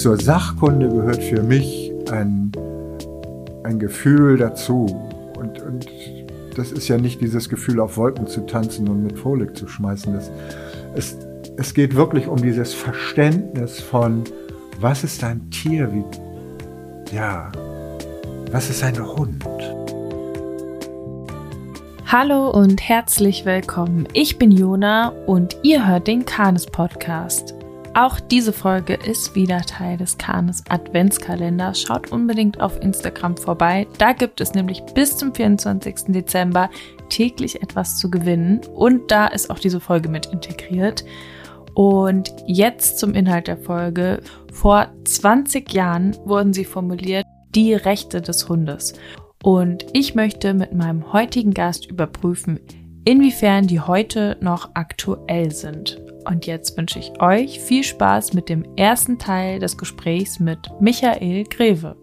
Zur Sachkunde gehört für mich ein Gefühl dazu. Und das ist ja nicht dieses Gefühl, auf Wolken zu tanzen und mit Folie zu schmeißen. Es geht wirklich um dieses Verständnis von, was ist ein Tier, was ist ein Hund? Hallo und herzlich willkommen. Ich bin Jona und ihr hört den Kanes Podcast. Auch diese Folge ist wieder Teil des Kanes Adventskalenders. Schaut unbedingt auf Instagram vorbei. Da gibt es nämlich bis zum 24. Dezember täglich etwas zu gewinnen. Und da ist auch diese Folge mit integriert. Und jetzt zum Inhalt der Folge. Vor 20 Jahren wurden sie formuliert, die Rechte des Hundes. Und ich möchte mit meinem heutigen Gast überprüfen, inwiefern die heute noch aktuell sind. Und jetzt wünsche ich euch viel Spaß mit dem ersten Teil des Gesprächs mit Michael Greve.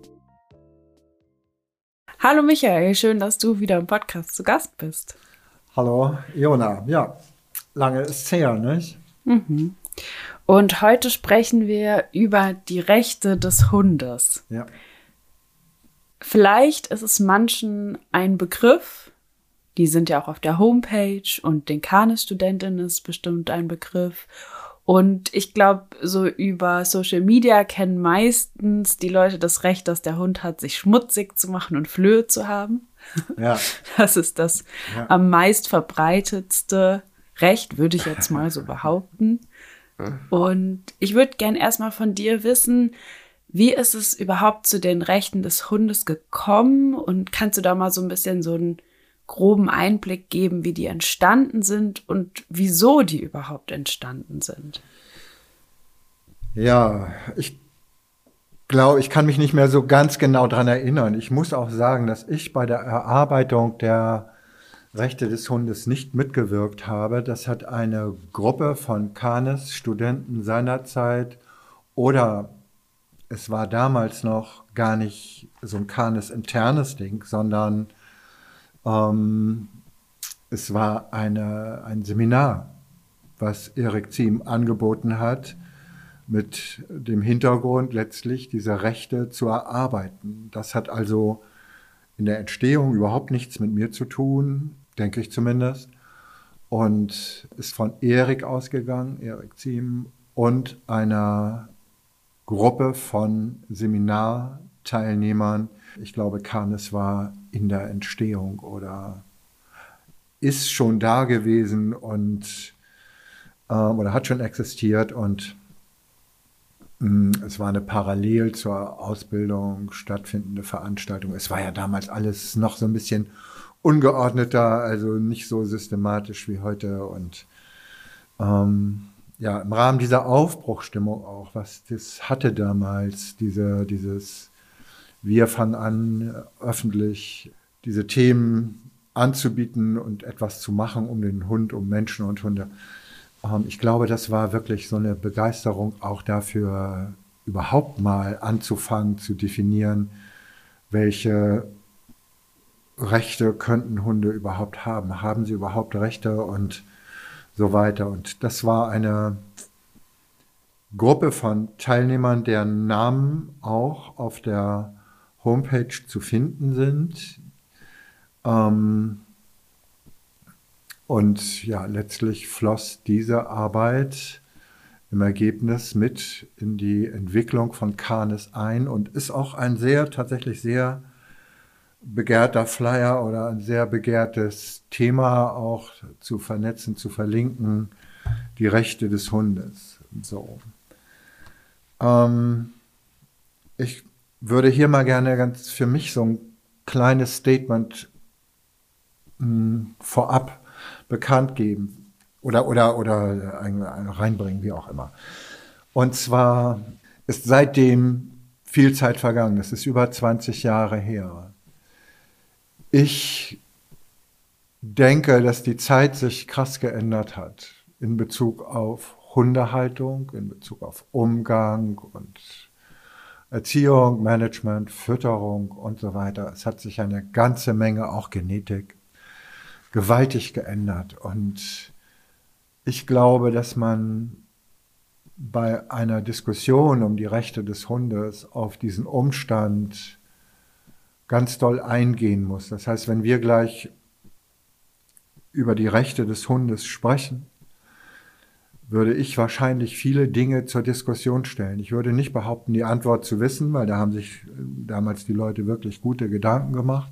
Hallo Michael, schön, dass du wieder im Podcast zu Gast bist. Hallo Jona, ja, lange ist's her, nicht? Mhm. Und heute sprechen wir über die Rechte des Hundes. Ja. Vielleicht ist es manchen ein Begriff, die sind ja auch auf der Homepage und den Kanes-Studentinnen ist bestimmt ein Begriff. Und ich glaube, so über Social Media kennen meistens die Leute das Recht, das der Hund hat, sich schmutzig zu machen und Flöhe zu haben. Ja. Das ist das am meist verbreitetste Recht, würde ich jetzt mal so behaupten. Und ich würde gern erstmal von dir wissen, wie ist es überhaupt zu den Rechten des Hundes gekommen? Und kannst du da mal so ein bisschen so einen groben Einblick geben, wie die entstanden sind und wieso die überhaupt entstanden sind? Ja, ich glaube, ich kann mich nicht mehr so ganz genau dran erinnern. Ich muss auch sagen, dass ich bei der Erarbeitung der Rechte des Hundes nicht mitgewirkt habe. Das hat eine Gruppe von Kanes-Studenten seinerzeit oder es war damals noch gar nicht so ein Kanes-internes Ding, sondern es war ein Seminar, was Erik Ziem angeboten hat, mit dem Hintergrund letztlich diese Rechte zu erarbeiten. Das hat also in der Entstehung überhaupt nichts mit mir zu tun, denke ich zumindest, und ist von Erik ausgegangen, Erik Ziem, und einer Gruppe von Seminarteilnehmern. Ich glaube, Kanes war in der Entstehung oder ist schon da gewesen und oder hat schon existiert und es war eine parallel zur Ausbildung stattfindende Veranstaltung. Es war ja damals alles noch so ein bisschen ungeordneter, also nicht so systematisch wie heute und ja, im Rahmen dieser Aufbruchstimmung auch, was das hatte damals, dieses wir fangen an, öffentlich diese Themen anzubieten und etwas zu machen um den Hund, um Menschen und Hunde. Ich glaube, das war wirklich so eine Begeisterung auch dafür, überhaupt mal anzufangen zu definieren, welche Rechte könnten Hunde überhaupt haben. Haben sie überhaupt Rechte und so weiter. Und das war eine Gruppe von Teilnehmern, deren Namen auch auf der Homepage zu finden sind. Und ja, letztlich floss diese Arbeit im Ergebnis mit in die Entwicklung von Kanes ein und ist auch ein tatsächlich sehr begehrter Flyer oder ein sehr begehrtes Thema auch zu vernetzen, zu verlinken, die Rechte des Hundes. So. Ich würde hier mal gerne ganz für mich so ein kleines Statement vorab bekannt geben oder reinbringen, wie auch immer. Und zwar ist seitdem viel Zeit vergangen. Das ist über 20 Jahre her. Ich denke, dass die Zeit sich krass geändert hat in Bezug auf Hundehaltung, in Bezug auf Umgang und Erziehung, Management, Fütterung und so weiter. Es hat sich eine ganze Menge, auch Genetik, gewaltig geändert. Und ich glaube, dass man bei einer Diskussion um die Rechte des Hundes auf diesen Umstand ganz doll eingehen muss. Das heißt, wenn wir gleich über die Rechte des Hundes sprechen, würde ich wahrscheinlich viele Dinge zur Diskussion stellen. Ich würde nicht behaupten, die Antwort zu wissen, weil da haben sich damals die Leute wirklich gute Gedanken gemacht.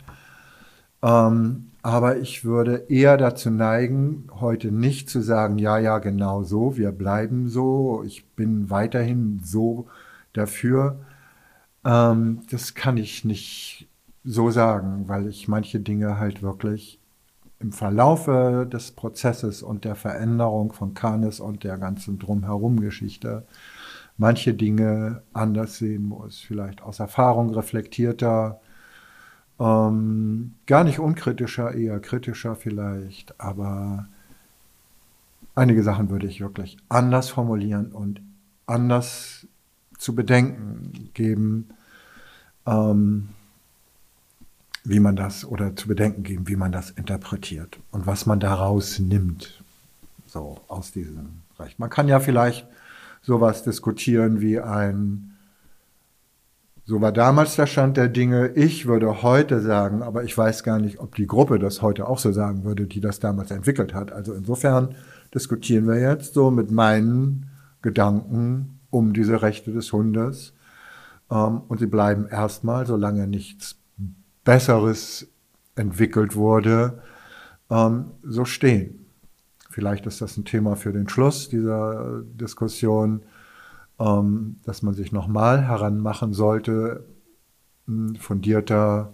Aber ich würde eher dazu neigen, heute nicht zu sagen, ja, genau so, wir bleiben so, ich bin weiterhin so dafür. Das kann ich nicht so sagen, weil ich manche Dinge halt wirklich im Verlaufe des Prozesses und der Veränderung von Canis und der ganzen Drumherum-Geschichte manche Dinge anders sehen muss, vielleicht aus Erfahrung reflektierter, gar nicht unkritischer, eher kritischer vielleicht, aber einige Sachen würde ich wirklich anders formulieren und anders zu bedenken geben, wie man das, oder zu bedenken geben, wie man das interpretiert und was man daraus nimmt, so aus diesem Recht. Man kann ja vielleicht sowas diskutieren wie so war damals der Stand der Dinge. Ich würde heute sagen, aber ich weiß gar nicht, ob die Gruppe das heute auch so sagen würde, die das damals entwickelt hat. Also insofern diskutieren wir jetzt so mit meinen Gedanken um diese Rechte des Hundes. Und sie bleiben erstmal, solange nichts Besseres entwickelt wurde, so stehen. Vielleicht ist das ein Thema für den Schluss dieser Diskussion, dass man sich nochmal heranmachen sollte, eine fundierte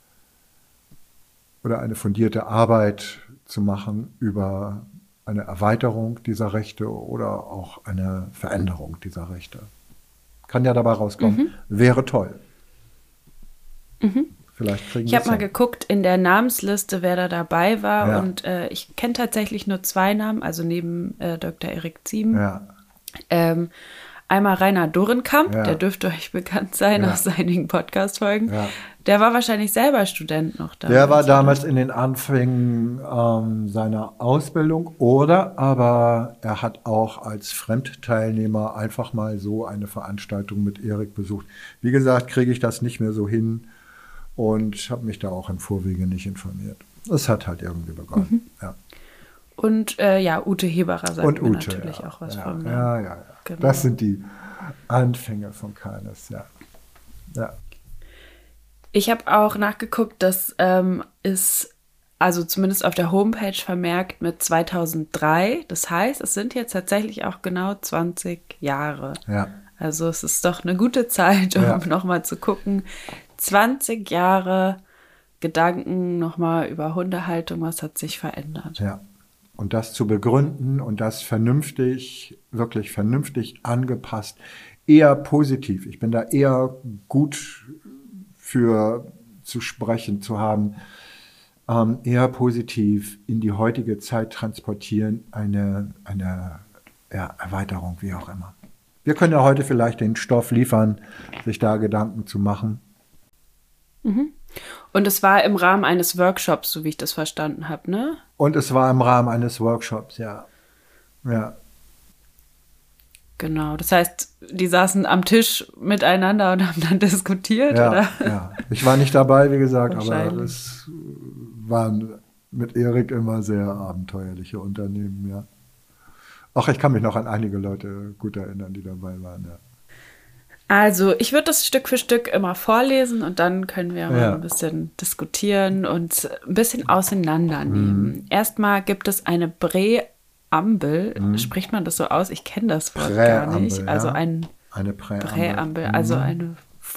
Arbeit zu machen über eine Erweiterung dieser Rechte oder auch eine Veränderung dieser Rechte. Kann ja dabei rauskommen. Wäre toll. Vielleicht kriegen ich habe mal geguckt in der Namensliste, wer da dabei war. Ja. Und ich kenne tatsächlich nur 2 Namen, also neben Dr. Erik Ziem. Ja. Einmal Rainer Dorenkamp, Ja. der dürfte euch bekannt sein aus einigen Podcast-Folgen. Ja. Der war wahrscheinlich selber Student noch damals. Der war damals in den Anfängen seiner Ausbildung, aber er hat auch als Fremdteilnehmer einfach mal so eine Veranstaltung mit Erik besucht. Wie gesagt, kriege ich das nicht mehr so hin und habe mich da auch im Vorwege nicht informiert. Es hat halt irgendwie begonnen. Ja. Und Ute Heberer sagt mir natürlich auch was von. Ja. Genau. Das sind die Anfänge von Canis, ja. Ich habe auch nachgeguckt, das ist also zumindest auf der Homepage vermerkt mit 2003. Das heißt, es sind jetzt tatsächlich auch genau 20 Jahre. Ja. Also es ist doch eine gute Zeit, um nochmal zu gucken. 20 Jahre Gedanken nochmal über Hundehaltung, was hat sich verändert. Ja. Und das zu begründen und das wirklich vernünftig angepasst, eher positiv. Ich bin da eher gut für zu sprechen, zu haben, eher positiv in die heutige Zeit transportieren, eine Erweiterung, wie auch immer. Wir können ja heute vielleicht den Stoff liefern, sich da Gedanken zu machen. Und es war im Rahmen eines Workshops, so wie ich das verstanden habe, ne? Und es war im Rahmen eines Workshops, ja. Genau, das heißt, die saßen am Tisch miteinander und haben dann diskutiert, oder? Ja, ich war nicht dabei, wie gesagt, aber es waren mit Erik immer sehr abenteuerliche Unternehmen, ja. Auch ich kann mich noch an einige Leute gut erinnern, die dabei waren, ja. Also, ich würde das Stück für Stück immer vorlesen und dann können wir mal ein bisschen diskutieren und ein bisschen auseinandernehmen. Erstmal gibt es eine Präambel. Spricht man das so aus? Ich kenne das Wort gar nicht. Also eine Präambel, also eine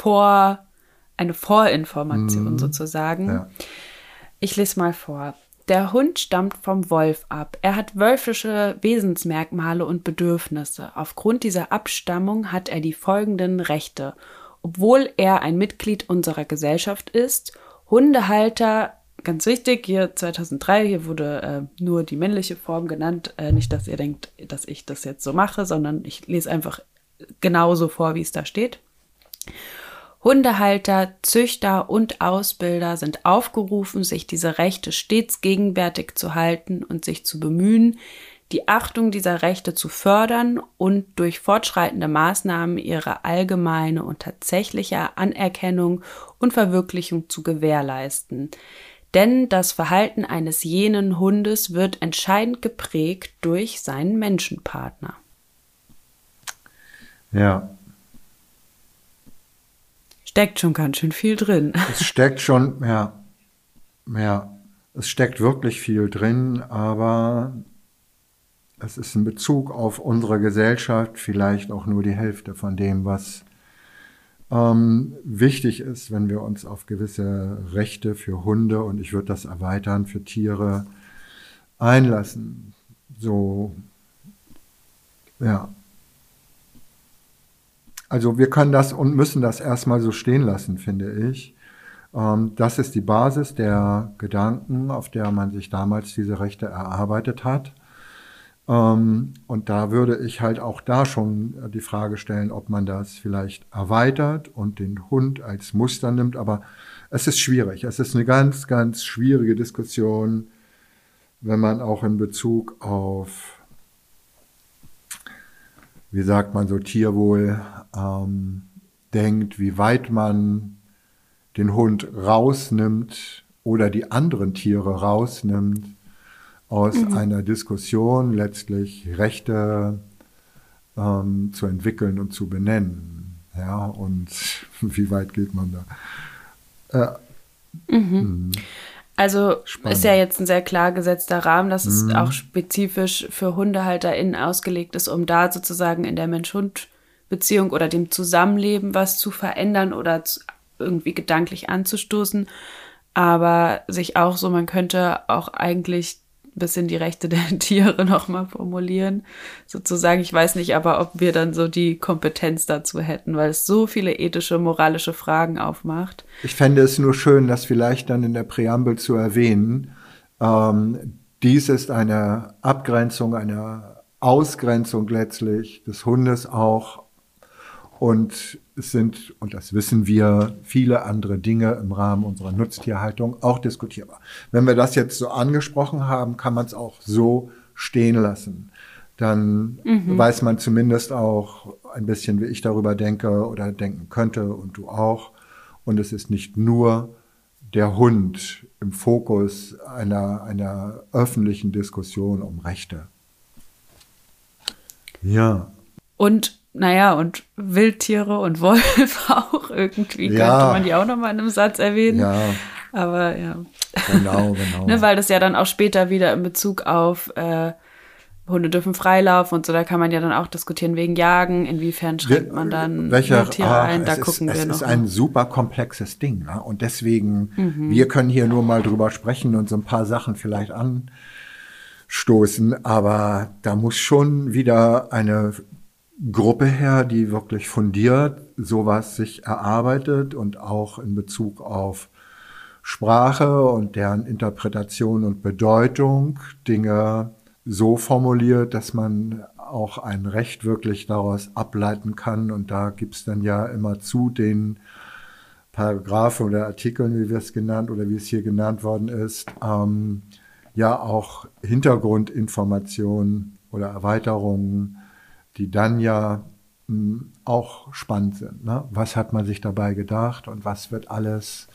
Vorinformation sozusagen. Ja. Ich lese mal vor. Der Hund stammt vom Wolf ab. Er hat wölfische Wesensmerkmale und Bedürfnisse. Aufgrund dieser Abstammung hat er die folgenden Rechte. Obwohl er ein Mitglied unserer Gesellschaft ist, Hundehalter, ganz wichtig, hier 2003, hier wurde nur die männliche Form genannt. Nicht, dass ihr denkt, dass ich das jetzt so mache, sondern ich lese einfach genauso vor, wie es da steht. Hundehalter, Züchter und Ausbilder sind aufgerufen, sich diese Rechte stets gegenwärtig zu halten und sich zu bemühen, die Achtung dieser Rechte zu fördern und durch fortschreitende Maßnahmen ihre allgemeine und tatsächliche Anerkennung und Verwirklichung zu gewährleisten. Denn das Verhalten eines jenen Hundes wird entscheidend geprägt durch seinen Menschenpartner. Ja. Steckt schon ganz schön viel drin. Es steckt schon, ja, es steckt wirklich viel drin, aber es ist in Bezug auf unsere Gesellschaft vielleicht auch nur die Hälfte von dem, was wichtig ist, wenn wir uns auf gewisse Rechte für Hunde und ich würde das erweitern für Tiere einlassen. So, ja. Also wir können das und müssen das erstmal so stehen lassen, finde ich. Das ist die Basis der Gedanken, auf der man sich damals diese Rechte erarbeitet hat. Und da würde ich halt auch da schon die Frage stellen, ob man das vielleicht erweitert und den Hund als Muster nimmt. Aber es ist schwierig. Es ist eine ganz, ganz schwierige Diskussion, wenn man auch in Bezug auf, wie sagt man so, Tierwohl denkt, wie weit man den Hund rausnimmt oder die anderen Tiere rausnimmt aus einer Diskussion, letztlich Rechte zu entwickeln und zu benennen. Ja, und wie weit geht man da? Also Spannend. ist ja jetzt ein sehr klar gesetzter Rahmen, dass es auch spezifisch für HundehalterInnen ausgelegt ist, um da sozusagen in der Mensch-Hund-Beziehung oder dem Zusammenleben was zu verändern oder irgendwie gedanklich anzustoßen. Aber sich auch so, man könnte auch eigentlich ein bisschen die Rechte der Tiere nochmal formulieren, sozusagen. Ich weiß nicht aber, ob wir dann so die Kompetenz dazu hätten, weil es so viele ethische, moralische Fragen aufmacht. Ich fände es nur schön, das vielleicht dann in der Präambel zu erwähnen. Dies ist eine Abgrenzung, eine Ausgrenzung letztlich des Hundes auch. Und es sind, und das wissen wir, viele andere Dinge im Rahmen unserer Nutztierhaltung auch diskutierbar. Wenn wir das jetzt so angesprochen haben, kann man es auch so stehen lassen. Dann weiß man zumindest auch ein bisschen, wie ich darüber denke oder denken könnte und du auch. Und es ist nicht nur der Hund im Fokus einer öffentlichen Diskussion um Rechte. Ja. Und und Wildtiere und Wolf auch irgendwie, könnte man die auch nochmal in einem Satz erwähnen. Ja. Aber ja. Genau. Ne, weil das ja dann auch später wieder in Bezug auf Hunde dürfen freilaufen und so, da kann man ja dann auch diskutieren wegen Jagen, inwiefern schränkt man dann Wildtiere ein, da gucken wir noch. Es ist ein super komplexes Ding, ne? Und deswegen, wir können hier nur mal drüber sprechen und so ein paar Sachen vielleicht anstoßen, aber da muss schon wieder eine Gruppe her, die wirklich fundiert sowas sich erarbeitet und auch in Bezug auf Sprache und deren Interpretation und Bedeutung Dinge so formuliert, dass man auch ein Recht wirklich daraus ableiten kann. Und da gibt's dann ja immer zu den Paragraphen oder Artikeln, wie wir es genannt oder wie es hier genannt worden ist, ja auch Hintergrundinformationen oder Erweiterungen, die dann ja auch spannend sind. Ne? Was hat man sich dabei gedacht und was wird alles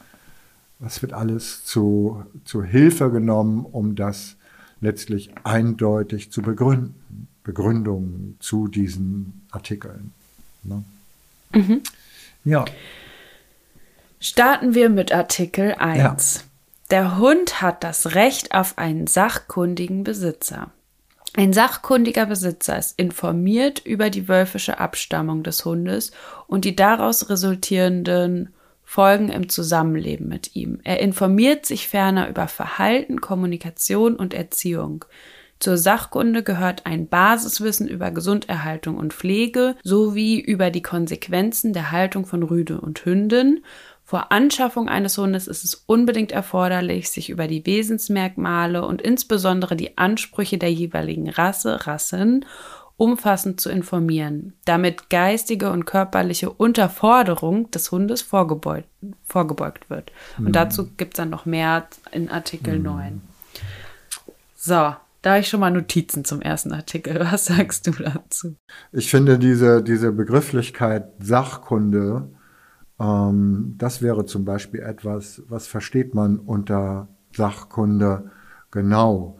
zu Hilfe genommen, um das letztlich eindeutig zu begründen. Begründungen zu diesen Artikeln. Ne? Ja. Starten wir mit Artikel 1. Ja. Der Hund hat das Recht auf einen sachkundigen Besitzer. Ein sachkundiger Besitzer ist informiert über die wölfische Abstammung des Hundes und die daraus resultierenden Folgen im Zusammenleben mit ihm. Er informiert sich ferner über Verhalten, Kommunikation und Erziehung. Zur Sachkunde gehört ein Basiswissen über Gesunderhaltung und Pflege sowie über die Konsequenzen der Haltung von Rüde und Hündin. Vor Anschaffung eines Hundes ist es unbedingt erforderlich, sich über die Wesensmerkmale und insbesondere die Ansprüche der jeweiligen Rassen umfassend zu informieren, damit geistige und körperliche Unterforderung des Hundes vorgebeugt wird. Und dazu gibt es dann noch mehr in Artikel 9. So, Da habe ich schon mal Notizen zum ersten Artikel. Was sagst du dazu? Ich finde diese Begrifflichkeit Sachkunde, das wäre zum Beispiel etwas, was versteht man unter Sachkunde genau.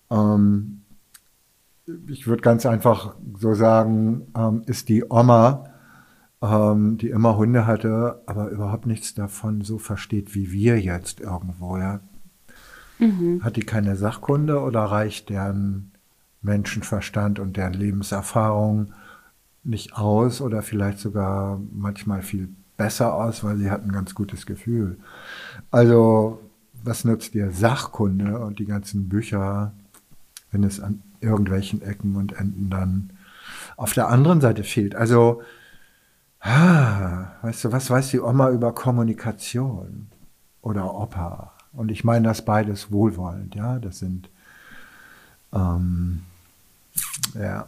Ich würde ganz einfach so sagen, ist die Oma, die immer Hunde hatte, aber überhaupt nichts davon so versteht wie wir jetzt irgendwo, ja. Hat die keine Sachkunde oder reicht deren Menschenverstand und deren Lebenserfahrung nicht aus oder vielleicht sogar manchmal viel besser aus, weil sie hat ein ganz gutes Gefühl. Also, was nutzt dir Sachkunde und die ganzen Bücher, wenn es an irgendwelchen Ecken und Enden dann auf der anderen Seite fehlt? Also, weißt du, was weiß die Oma über Kommunikation oder Opa? Und ich meine das beides wohlwollend, ja, das sind, ja.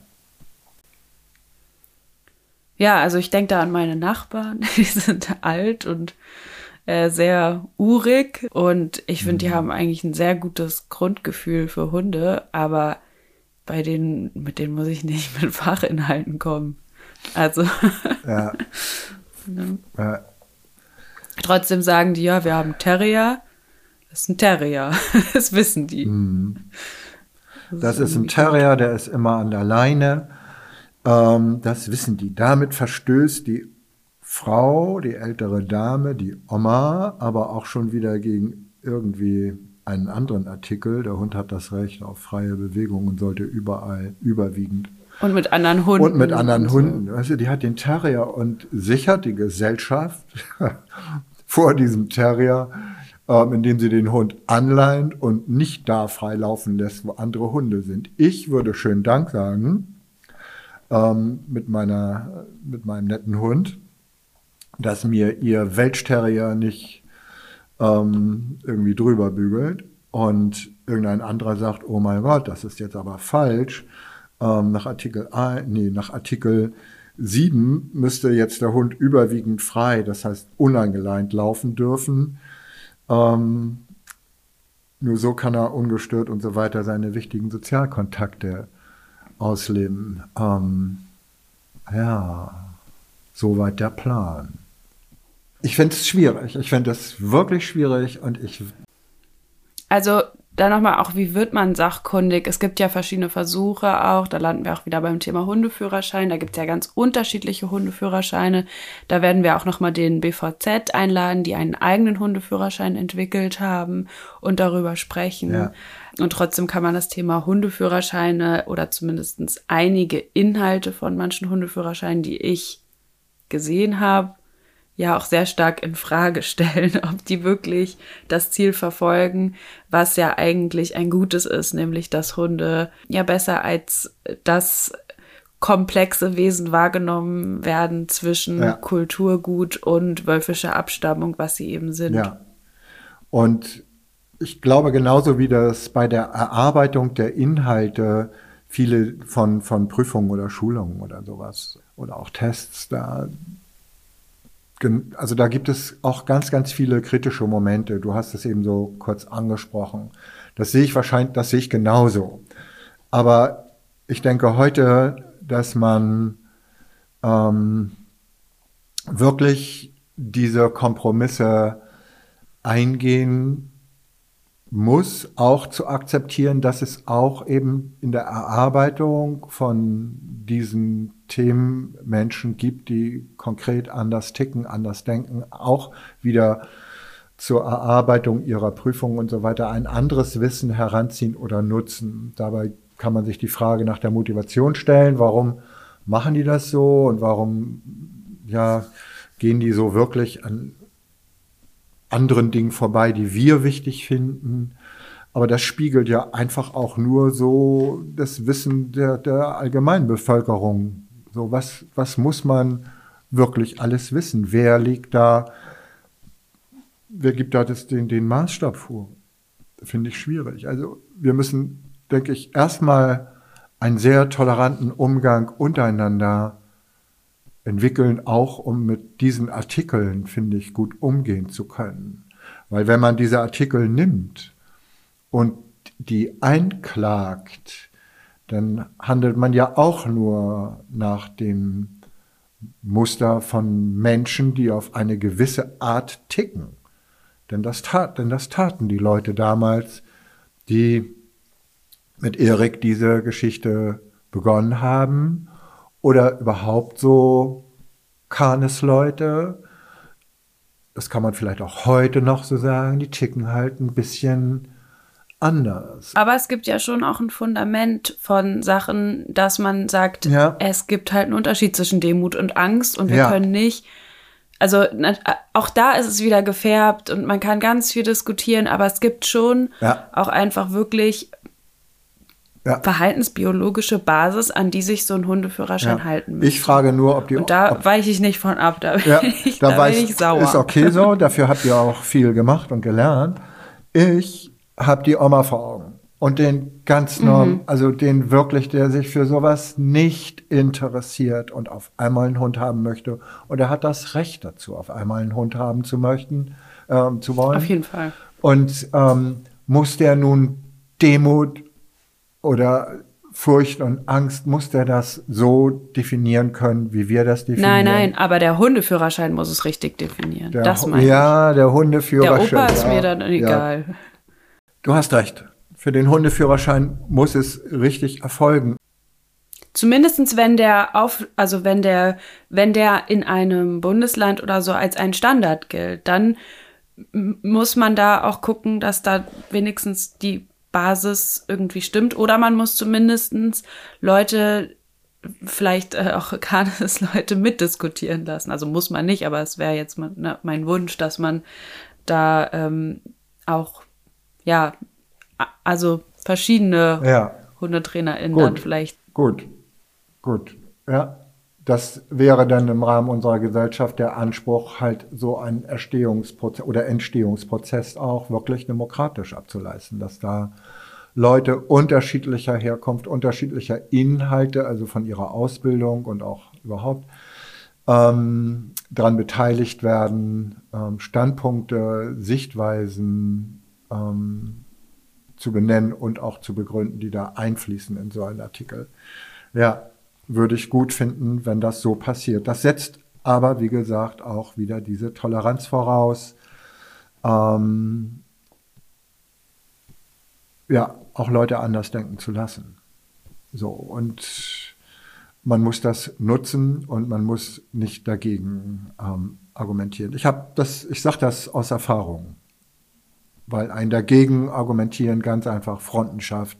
Ja, also ich denke da an meine Nachbarn, die sind alt und sehr urig und ich finde, die haben eigentlich ein sehr gutes Grundgefühl für Hunde, aber mit denen muss ich nicht mit Fachinhalten kommen. Also, Ja. ne? Ja. Trotzdem sagen die, ja, wir haben Terrier. Das ist ein Terrier. Das wissen die. Das ist ein Terrier, der ist immer an der Leine. Das wissen die. Damit verstößt die Frau, die ältere Dame, die Oma, aber auch schon wieder gegen irgendwie einen anderen Artikel. Der Hund hat das Recht auf freie Bewegung und sollte überall überwiegend. Und mit anderen Hunden. Und mit anderen Hunden. Weißt du, die hat den Terrier und sichert die Gesellschaft vor diesem Terrier, indem sie den Hund anleint und nicht da frei laufen lässt, wo andere Hunde sind. Ich würde schönen Dank sagen, mit meinem netten Hund, dass mir ihr Welsh-Terrier nicht irgendwie drüber bügelt und irgendein anderer sagt, oh mein Gott, das ist jetzt aber falsch. Nach Artikel 7 müsste jetzt der Hund überwiegend frei, das heißt uneingeleint laufen dürfen. Nur so kann er ungestört und so weiter seine wichtigen Sozialkontakte ausleben. Ja, soweit der Plan. Ich finde es schwierig. Ich finde es wirklich schwierig und Also dann nochmal auch, wie wird man sachkundig? Es gibt ja verschiedene Versuche auch, da landen wir auch wieder beim Thema Hundeführerschein, da gibt es ja ganz unterschiedliche Hundeführerscheine. Da werden wir auch nochmal den BVZ einladen, die einen eigenen Hundeführerschein entwickelt haben und darüber sprechen. Ja. Und trotzdem kann man das Thema Hundeführerscheine oder zumindest einige Inhalte von manchen Hundeführerscheinen, die ich gesehen habe, ja auch sehr stark in Frage stellen, ob die wirklich das Ziel verfolgen, was ja eigentlich ein Gutes ist, nämlich dass Hunde ja besser als das komplexe Wesen wahrgenommen werden zwischen Kulturgut und wölfischer Abstammung, was sie eben sind. Ja. Und ich glaube, genauso wie das bei der Erarbeitung der Inhalte viele von Prüfungen oder Schulungen oder sowas oder auch Tests also da gibt es auch ganz, ganz viele kritische Momente. Du hast es eben so kurz angesprochen. Das sehe ich genauso. Aber ich denke heute, dass man wirklich diese Kompromisse eingehen muss, auch zu akzeptieren, dass es auch eben in der Erarbeitung von diesen Themen Menschen gibt, die konkret anders ticken, anders denken, auch wieder zur Erarbeitung ihrer Prüfungen und so weiter ein anderes Wissen heranziehen oder nutzen. Dabei kann man sich die Frage nach der Motivation stellen, warum machen die das so und warum gehen die so wirklich an anderen Dingen vorbei, die wir wichtig finden. Aber das spiegelt ja einfach auch nur so das Wissen der Allgemeinbevölkerung. So, was muss man wirklich alles wissen? Wer gibt da den Maßstab vor? Das finde ich schwierig. Also wir müssen, denke ich, erstmal einen sehr toleranten Umgang untereinander entwickeln, auch um mit diesen Artikeln, finde ich, gut umgehen zu können. Weil wenn man diese Artikel nimmt und die einklagt, dann handelt man ja auch nur nach dem Muster von Menschen, die auf eine gewisse Art ticken. Denn das taten die Leute damals, die mit Erik diese Geschichte begonnen haben oder überhaupt so Kanes-Leute. Das kann man vielleicht auch heute noch so sagen, die ticken halt ein bisschen anders. Aber es gibt ja schon auch ein Fundament von Sachen, dass man sagt, es gibt halt einen Unterschied zwischen Demut und Angst und wir können nicht, also auch da ist es wieder gefärbt und man kann ganz viel diskutieren, aber es gibt schon auch einfach wirklich verhaltensbiologische Basis, an die sich so ein Hundeführerschein halten müsste. Ich frage nur, ob die... Und da weiche ich nicht von ab, da bin ich sauer. Ist okay so, dafür habt ihr auch viel gemacht und gelernt. Ich habe die Oma vor Augen und den ganz also den wirklich, der sich für sowas nicht interessiert und auf einmal einen Hund haben möchte. Und er hat das Recht dazu, auf einmal einen Hund haben zu wollen. Auf jeden Fall. Und muss der nun Demut oder Furcht und Angst, muss der das so definieren können, wie wir das definieren? Nein, aber der Hundeführerschein muss es richtig definieren. Das meine ich. Ja, der Hundeführerschein. Der Opa ist mir dann egal. Du hast recht. Für den Hundeführerschein muss es richtig erfolgen. Zumindest wenn der in einem Bundesland oder so als ein Standard gilt, dann muss man da auch gucken, dass da wenigstens die Basis irgendwie stimmt. Oder man muss zumindest Leute, vielleicht auch Kanes-Leute mitdiskutieren lassen. Also muss man nicht, aber es wäre jetzt mein Wunsch, dass man da auch also verschiedene HundetrainerInnen dann vielleicht. Gut. Ja, das wäre dann im Rahmen unserer Gesellschaft der Anspruch, halt so einen Entstehungsprozess auch wirklich demokratisch abzuleisten, dass da Leute unterschiedlicher Herkunft, unterschiedlicher Inhalte, also von ihrer Ausbildung und auch überhaupt, daran beteiligt werden, Standpunkte, Sichtweisen zu benennen und auch zu begründen, die da einfließen in so einen Artikel. Ja, würde ich gut finden, wenn das so passiert. Das setzt aber, wie gesagt, auch wieder diese Toleranz voraus. Auch Leute anders denken zu lassen. So, und man muss das nutzen und man muss nicht dagegen argumentieren. Ich sage das aus Erfahrung, weil ein dagegen argumentieren ganz einfach Fronten schafft,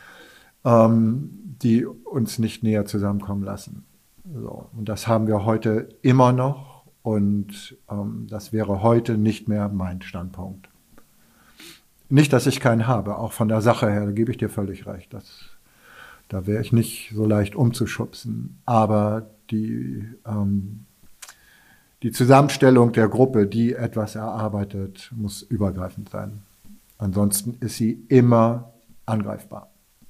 die uns nicht näher zusammenkommen lassen. So, und das haben wir heute immer noch und das wäre heute nicht mehr mein Standpunkt. Nicht, dass ich keinen habe, auch von der Sache her, da gebe ich dir völlig recht. Da wäre ich nicht so leicht umzuschubsen. Aber die Zusammenstellung der Gruppe, die etwas erarbeitet, muss übergreifend sein. Ansonsten ist sie immer angreifbar.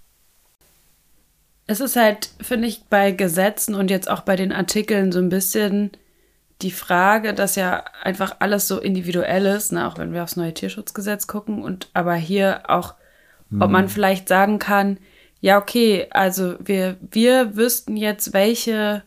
Es ist halt, finde ich, bei Gesetzen und jetzt auch bei den Artikeln so ein bisschen die Frage, dass ja einfach alles so individuell ist, ne, auch wenn wir aufs neue Tierschutzgesetz gucken, aber hier auch, ob man vielleicht sagen kann, ja, okay, also wir wüssten jetzt, welche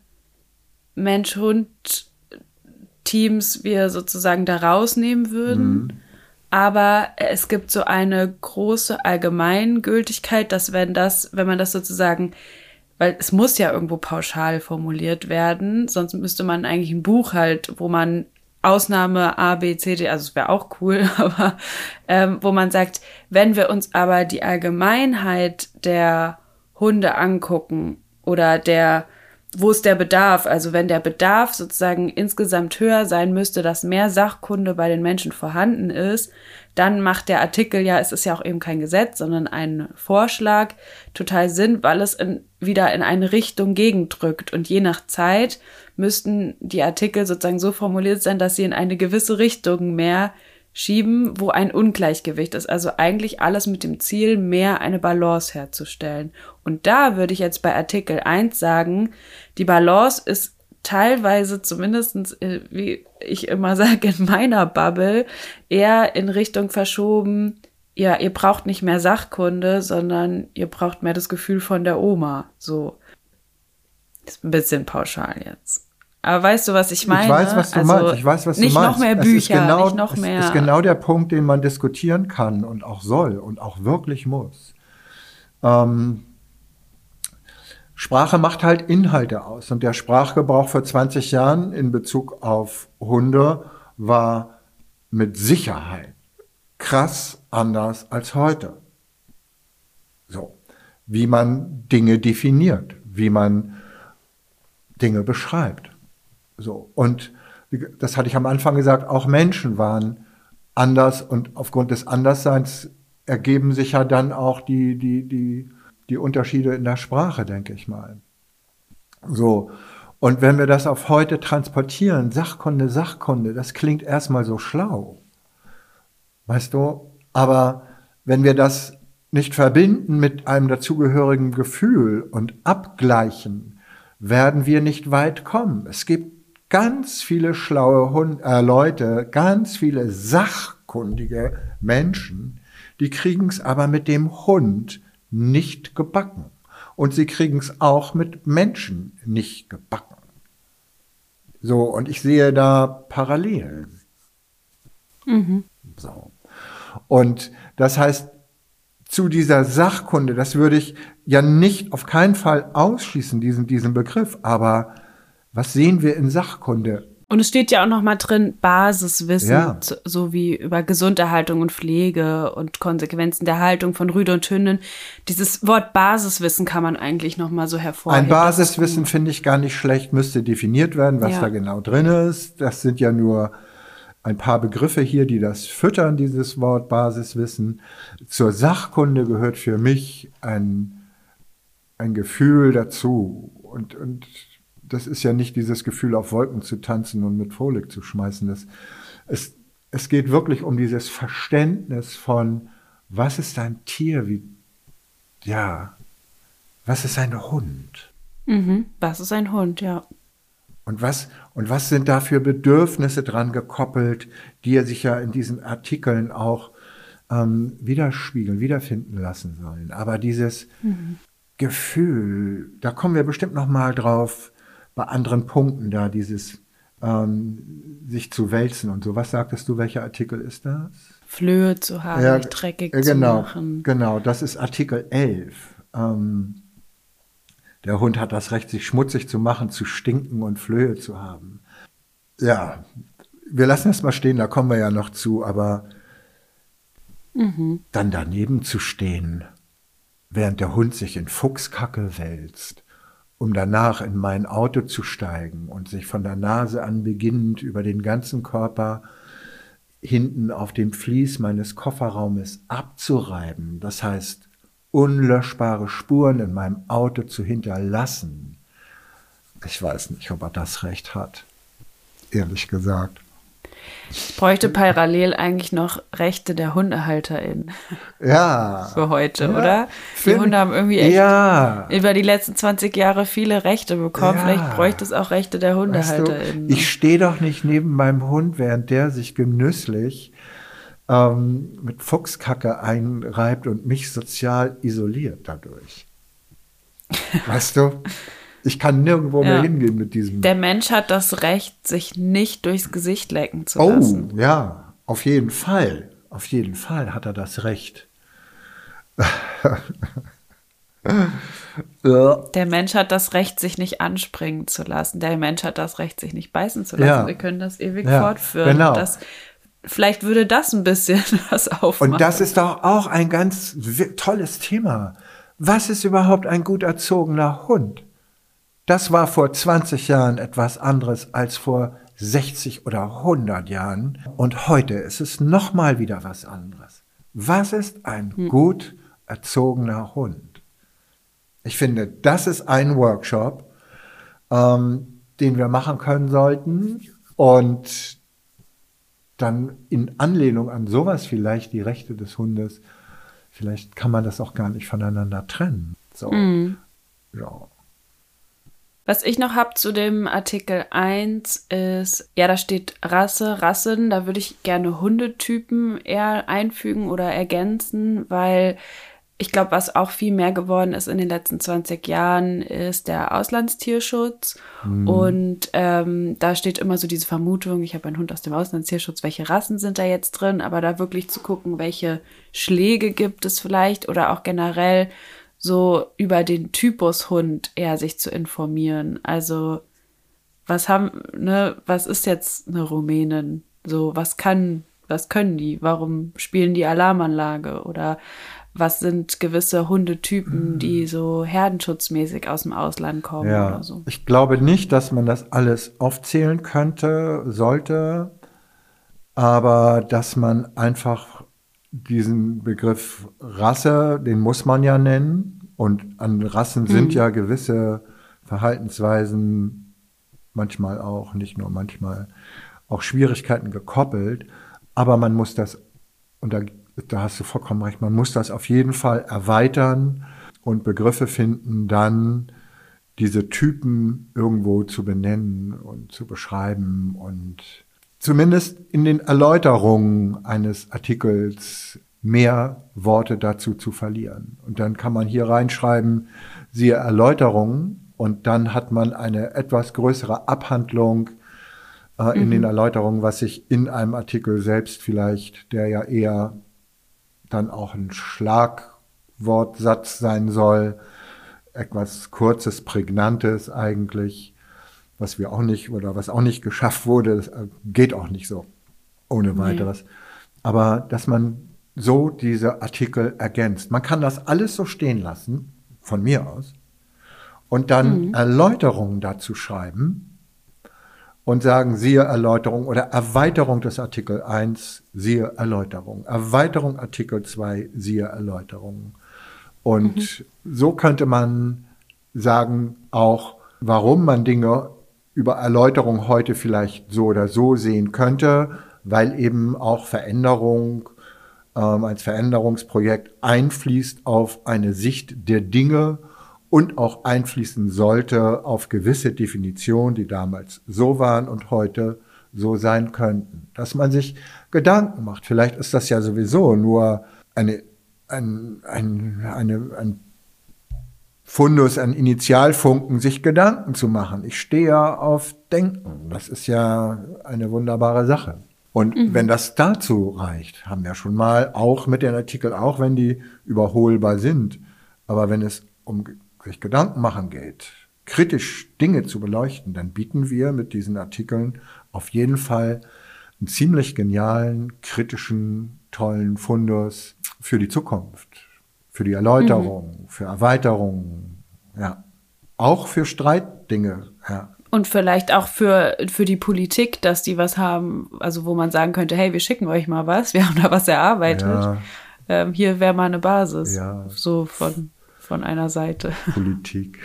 Mensch-Hund-Teams wir sozusagen da rausnehmen würden, aber es gibt so eine große Allgemeingültigkeit, dass wenn man das sozusagen, weil es muss ja irgendwo pauschal formuliert werden, sonst müsste man eigentlich ein Buch halt, wo man Ausnahme A, B, C, D, also es wäre auch cool, aber wo man sagt, wenn wir uns aber die Allgemeinheit der Hunde angucken oder wo ist der Bedarf, also wenn der Bedarf sozusagen insgesamt höher sein müsste, dass mehr Sachkunde bei den Menschen vorhanden ist, dann macht der Artikel es ist ja auch eben kein Gesetz, sondern ein Vorschlag, total Sinn, weil es wieder in eine Richtung gegendrückt. Und je nach Zeit müssten die Artikel sozusagen so formuliert sein, dass sie in eine gewisse Richtung mehr schieben, wo ein Ungleichgewicht ist. Also eigentlich alles mit dem Ziel, mehr eine Balance herzustellen. Und da würde ich jetzt bei Artikel 1 sagen, die Balance ist teilweise zumindest, wie ich immer sage, in meiner Bubble eher in Richtung verschoben, ja, ihr braucht nicht mehr Sachkunde, sondern ihr braucht mehr das Gefühl von der Oma. So. Das ist ein bisschen pauschal jetzt. Aber weißt du, was ich meine? Ich weiß, was du meinst. Ich weiß, was du meinst. Nicht noch mehr Bücher, nicht noch mehr. Es ist genau der Punkt, den man diskutieren kann und auch soll und auch wirklich muss. Sprache macht halt Inhalte aus. Und der Sprachgebrauch vor 20 Jahren in Bezug auf Hunde war mit Sicherheit krass anders als heute. So, wie man Dinge definiert, wie man Dinge beschreibt. So, und das hatte ich am Anfang gesagt, auch Menschen waren anders und aufgrund des Andersseins ergeben sich ja dann auch die Unterschiede in der Sprache, denke ich mal. So, und wenn wir das auf heute transportieren, Sachkunde, das klingt erstmal so schlau. Weißt du? Aber wenn wir das nicht verbinden mit einem dazugehörigen Gefühl und abgleichen, werden wir nicht weit kommen. Es gibt ganz viele schlaue Leute, ganz viele sachkundige Menschen, die kriegen es aber mit dem Hund nicht gebacken. Und sie kriegen es auch mit Menschen nicht gebacken. So, und ich sehe da Parallelen. Mhm. So. Und das heißt, zu dieser Sachkunde, das würde ich ja nicht auf keinen Fall ausschließen, diesen Begriff, aber was sehen wir in Sachkunde? Und es steht ja auch noch mal drin, Basiswissen, Ja. so wie über Gesunderhaltung und Pflege und Konsequenzen der Haltung von Rüde und Hündin. Dieses Wort Basiswissen kann man eigentlich noch mal so hervorheben. Ein Basiswissen finde ich gar nicht schlecht, müsste definiert werden, was Ja. da genau drin ist. Das sind ja nur ein paar Begriffe hier, die das füttern, dieses Wort Basiswissen. Zur Sachkunde gehört für mich ein Gefühl dazu. Und das ist ja nicht dieses Gefühl, auf Wolken zu tanzen und mit Folie zu schmeißen. Es geht wirklich um dieses Verständnis von, was ist ein Tier, was ist ein Hund? Mhm. Was ist ein Hund, ja. Und was sind da für Bedürfnisse dran gekoppelt, die er sich ja in diesen Artikeln auch widerspiegeln, wiederfinden lassen sollen. Aber dieses Gefühl, da kommen wir bestimmt noch mal drauf, bei anderen Punkten da, dieses sich zu wälzen und so. Was sagtest du, welcher Artikel ist das? Flöhe zu haben, Ja, nicht dreckig zu machen. Genau, das ist Artikel 11. Der Hund hat das Recht, sich schmutzig zu machen, zu stinken und Flöhe zu haben. Ja, wir lassen es mal stehen, da kommen wir ja noch zu, aber dann daneben zu stehen, während der Hund sich in Fuchskacke wälzt, um danach in mein Auto zu steigen und sich von der Nase an beginnend über den ganzen Körper hinten auf dem Vlies meines Kofferraumes abzureiben. Das heißt, unlöschbare Spuren in meinem Auto zu hinterlassen. Ich weiß nicht, ob er das Recht hat, ehrlich gesagt. Ich bräuchte parallel eigentlich noch Rechte der HundehalterInnen Ja. für heute, Ja, oder? Die Hunde haben irgendwie echt über die letzten 20 Jahre viele Rechte bekommen. Ja. Vielleicht bräuchte es auch Rechte der HundehalterInnen. Ich stehe doch nicht neben meinem Hund, während der sich genüsslich mit Fuchskacke einreibt und mich sozial isoliert dadurch. Weißt du? Ich kann nirgendwo mehr hingehen mit diesem. Der Mensch hat das Recht, sich nicht durchs Gesicht lecken zu lassen. Oh, ja, auf jeden Fall. Auf jeden Fall hat er das Recht. Der Mensch hat das Recht, sich nicht anspringen zu lassen. Der Mensch hat das Recht, sich nicht beißen zu lassen. Ja. Wir können das ewig Ja, fortführen. genau. Vielleicht würde das ein bisschen was aufmachen. Und das ist doch auch ein ganz tolles Thema. Was ist überhaupt ein gut erzogener Hund? Das war vor 20 Jahren etwas anderes als vor 60 oder 100 Jahren. Und heute ist es nochmal wieder was anderes. Was ist ein gut erzogener Hund? Ich finde, das ist ein Workshop, den wir machen können sollten. Und dann in Anlehnung an sowas vielleicht die Rechte des Hundes, vielleicht kann man das auch gar nicht voneinander trennen. So. Ja. Was ich noch habe zu dem Artikel 1 ist, ja, da steht Rassen. Da würde ich gerne Hundetypen eher einfügen oder ergänzen, weil ich glaube, was auch viel mehr geworden ist in den letzten 20 Jahren, ist der Auslandstierschutz. Und da steht immer so diese Vermutung, ich habe einen Hund aus dem Auslandstierschutz, welche Rassen sind da jetzt drin? Aber da wirklich zu gucken, welche Schläge gibt es vielleicht oder auch generell so über den Typus Hund eher sich zu informieren. Also was ist jetzt eine Rumänin? So, was können die? Warum spielen die Alarmanlage? Oder was sind gewisse Hundetypen, die so herdenschutzmäßig aus dem Ausland kommen oder so? Ich glaube nicht, dass man das alles aufzählen sollte, aber dass man einfach diesen Begriff Rasse, den muss man ja nennen. Und an Rassen sind ja gewisse Verhaltensweisen manchmal auch, nicht nur manchmal, auch Schwierigkeiten gekoppelt. Aber man muss das, und da hast du vollkommen recht, man muss das auf jeden Fall erweitern und Begriffe finden, dann diese Typen irgendwo zu benennen und zu beschreiben und zumindest in den Erläuterungen eines Artikels mehr Worte dazu zu verlieren. Und dann kann man hier reinschreiben, siehe Erläuterungen, und dann hat man eine etwas größere Abhandlung in den Erläuterungen, was sich in einem Artikel selbst vielleicht, der ja eher dann auch ein Schlagwortsatz sein soll, etwas Kurzes, Prägnantes eigentlich, was auch nicht geschafft wurde, das geht auch nicht so ohne weiteres. Aber dass man so diese Artikel ergänzt. Man kann das alles so stehen lassen, von mir aus, und dann Erläuterungen dazu schreiben und sagen, siehe Erläuterung oder Erweiterung des Artikel 1, siehe Erläuterung. Erweiterung Artikel 2, siehe Erläuterung. Und so könnte man sagen auch, warum man Dinge über Erläuterung heute vielleicht so oder so sehen könnte, weil eben auch Veränderung als Veränderungsprojekt einfließt auf eine Sicht der Dinge und auch einfließen sollte auf gewisse Definitionen, die damals so waren und heute so sein könnten. Dass man sich Gedanken macht. Vielleicht ist das ja sowieso nur ein Fundus, ein Initialfunken, sich Gedanken zu machen. Ich stehe ja auf Denken. Das ist ja eine wunderbare Sache. Und wenn das dazu reicht, haben wir schon mal, auch mit den Artikeln, auch wenn die überholbar sind, aber wenn es um sich Gedanken machen geht, kritisch Dinge zu beleuchten, dann bieten wir mit diesen Artikeln auf jeden Fall einen ziemlich genialen, kritischen, tollen Fundus für die Zukunft, für die Erläuterung, für Erweiterung, ja, auch für Streitdinge, ja. Und vielleicht auch für die Politik, dass die was haben, also wo man sagen könnte, hey, wir schicken euch mal was, wir haben da was erarbeitet. Ja. Hier wäre mal eine Basis, so von einer Seite. Politik.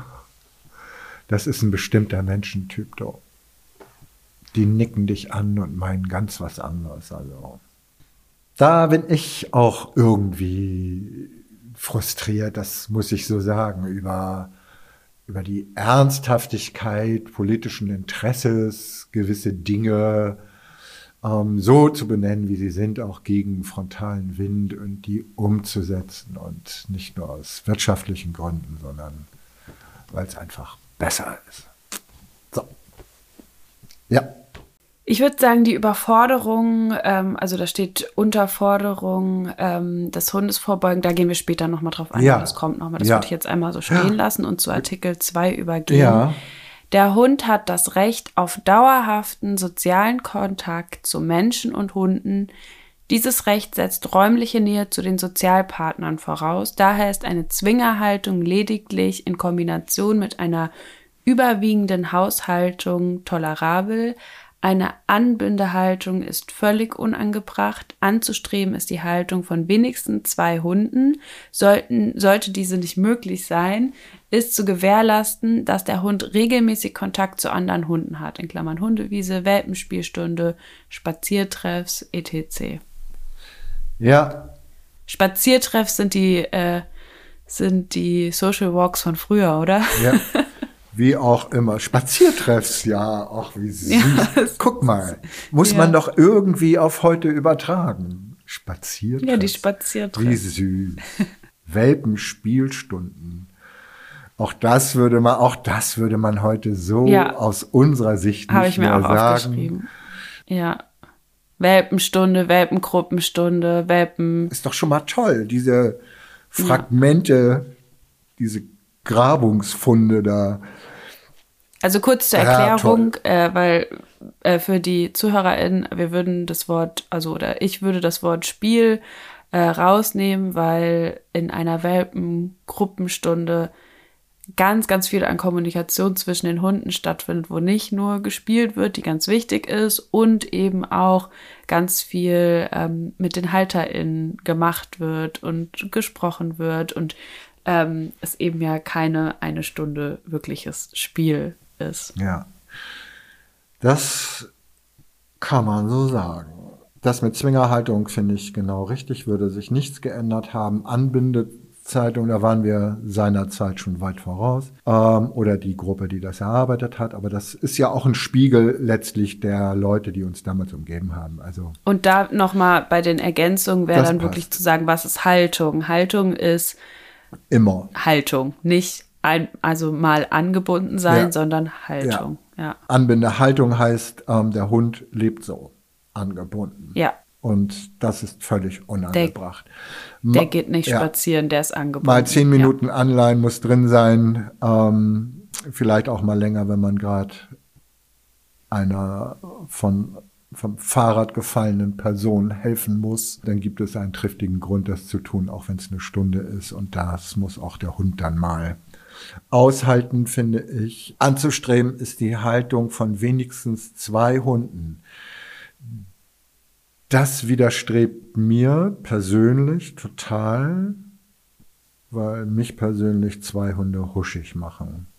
Das ist ein bestimmter Menschentyp, doch. Die nicken dich an und meinen ganz was anderes. Also da bin ich auch irgendwie frustriert, das muss ich so sagen, über die Ernsthaftigkeit politischen Interesses, gewisse Dinge so zu benennen, wie sie sind, auch gegen frontalen Wind und die umzusetzen und nicht nur aus wirtschaftlichen Gründen, sondern weil es einfach besser ist. So. Ja. Ich würde sagen, die Überforderung, also da steht Unterforderung des Hundes vorbeugen, da gehen wir später nochmal drauf ein, das kommt nochmal, das würde ich jetzt einmal so stehen lassen und zu Artikel 2 übergehen. Ja. Der Hund hat das Recht auf dauerhaften sozialen Kontakt zu Menschen und Hunden. Dieses Recht setzt räumliche Nähe zu den Sozialpartnern voraus, daher ist eine Zwingerhaltung lediglich in Kombination mit einer überwiegenden Haushaltung tolerabel. Eine Anbindehaltung ist völlig unangebracht. Anzustreben ist die Haltung von wenigstens 2 Hunden. Sollte diese nicht möglich sein, ist zu gewährleisten, dass der Hund regelmäßig Kontakt zu anderen Hunden hat, in Klammern Hundewiese, Welpenspielstunde, Spaziertreffs, etc. Ja. Spaziertreffs sind die Social Walks von früher, oder? Ja. Wie auch immer. Spaziertreffs, ja, auch wie süß. Ja, Guck mal, muss man doch irgendwie auf heute übertragen. Spaziertreffs. Ja, die Spaziertreffs. Wie süß. Welpenspielstunden. Auch das würde man heute so aus unserer Sicht habe nicht ich mir mehr auch sagen. aufgeschrieben. Ja. Welpenstunde, Welpengruppenstunde, Welpen. Ist doch schon mal toll, diese Fragmente, diese Grabungsfunde da. Also kurz zur Erklärung, weil für die ZuhörerInnen, wir würden das Wort, oder ich würde das Wort Spiel rausnehmen, weil in einer Welpengruppenstunde ganz, ganz viel an Kommunikation zwischen den Hunden stattfindet, wo nicht nur gespielt wird, die ganz wichtig ist, und eben auch ganz viel mit den HalterInnen gemacht wird und gesprochen wird und es eben ja keine eine Stunde wirkliches Spiel ist. Ja, das kann man so sagen. Das mit Zwingerhaltung finde ich genau richtig, würde sich nichts geändert haben. Anbindezeitung, da waren wir seinerzeit schon weit voraus. Oder die Gruppe, die das erarbeitet hat. Aber das ist ja auch ein Spiegel letztlich der Leute, die uns damals umgeben haben. Also und da nochmal bei den Ergänzungen wäre dann wirklich zu sagen, was ist Haltung? Haltung ist immer Haltung, nicht mal angebunden sein, sondern Haltung. Ja. Anbindehaltung heißt, der Hund lebt so angebunden. Ja. Und das ist völlig unangebracht. Der geht nicht spazieren, der ist angebunden. Mal 10 Minuten Anleihen muss drin sein. Vielleicht auch mal länger, wenn man gerade einer vom Fahrrad gefallenen Person helfen muss. Dann gibt es einen triftigen Grund, das zu tun, auch wenn es eine Stunde ist. Und das muss auch der Hund dann mal aushalten, finde ich. Anzustreben ist die Haltung von wenigstens 2 Hunden. Das widerstrebt mir persönlich total, weil mich persönlich 2 Hunde huschig machen.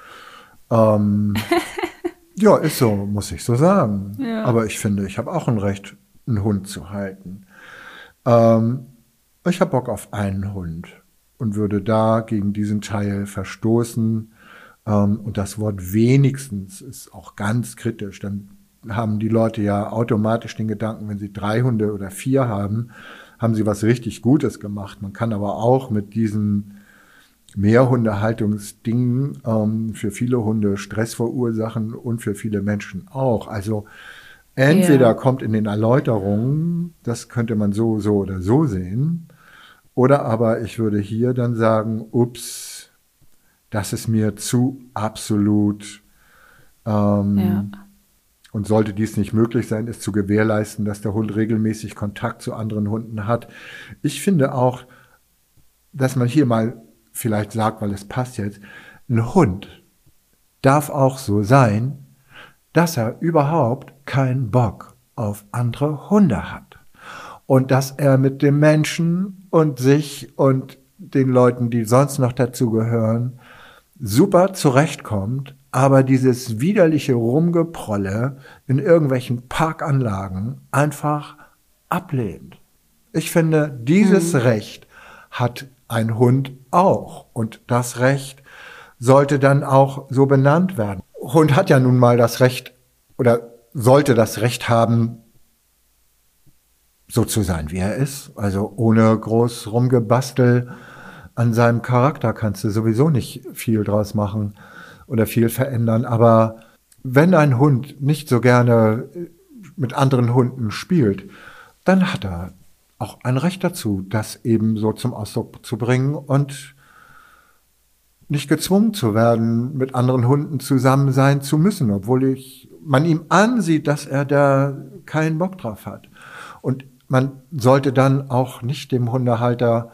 Ja, ist so, muss ich so sagen. Ja. Aber ich finde, ich habe auch ein Recht, einen Hund zu halten. Ich habe Bock auf einen Hund und würde da gegen diesen Teil verstoßen. Und das Wort wenigstens ist auch ganz kritisch. Dann haben die Leute ja automatisch den Gedanken, wenn sie 3 Hunde oder 4 haben, haben sie was richtig Gutes gemacht. Man kann aber auch mit diesen Mehrhundehaltungsdingen für viele Hunde Stress verursachen und für viele Menschen auch. Also entweder kommt in den Erläuterungen, das könnte man so oder so sehen, oder aber ich würde hier dann sagen, ups, das ist mir zu absolut. Und sollte dies nicht möglich sein, ist zu gewährleisten, dass der Hund regelmäßig Kontakt zu anderen Hunden hat. Ich finde auch, dass man hier mal vielleicht sagt, weil es passt jetzt, ein Hund darf auch so sein, dass er überhaupt keinen Bock auf andere Hunde hat. Und dass er mit dem Menschen und sich und den Leuten, die sonst noch dazugehören, super zurechtkommt, aber dieses widerliche Rumgeprolle in irgendwelchen Parkanlagen einfach ablehnt. Ich finde, dieses Recht hat ein Hund auch. Und das Recht sollte dann auch so benannt werden. Hund hat ja nun mal das Recht oder sollte das Recht haben, so zu sein, wie er ist. Also ohne groß Rumgebastel an seinem Charakter kannst du sowieso nicht viel draus machen oder viel verändern. Aber wenn ein Hund nicht so gerne mit anderen Hunden spielt, dann hat er auch ein Recht dazu, das eben so zum Ausdruck zu bringen und nicht gezwungen zu werden, mit anderen Hunden zusammen sein zu müssen, obwohl man ihm ansieht, dass er da keinen Bock drauf hat. Und man sollte dann auch nicht dem Hundehalter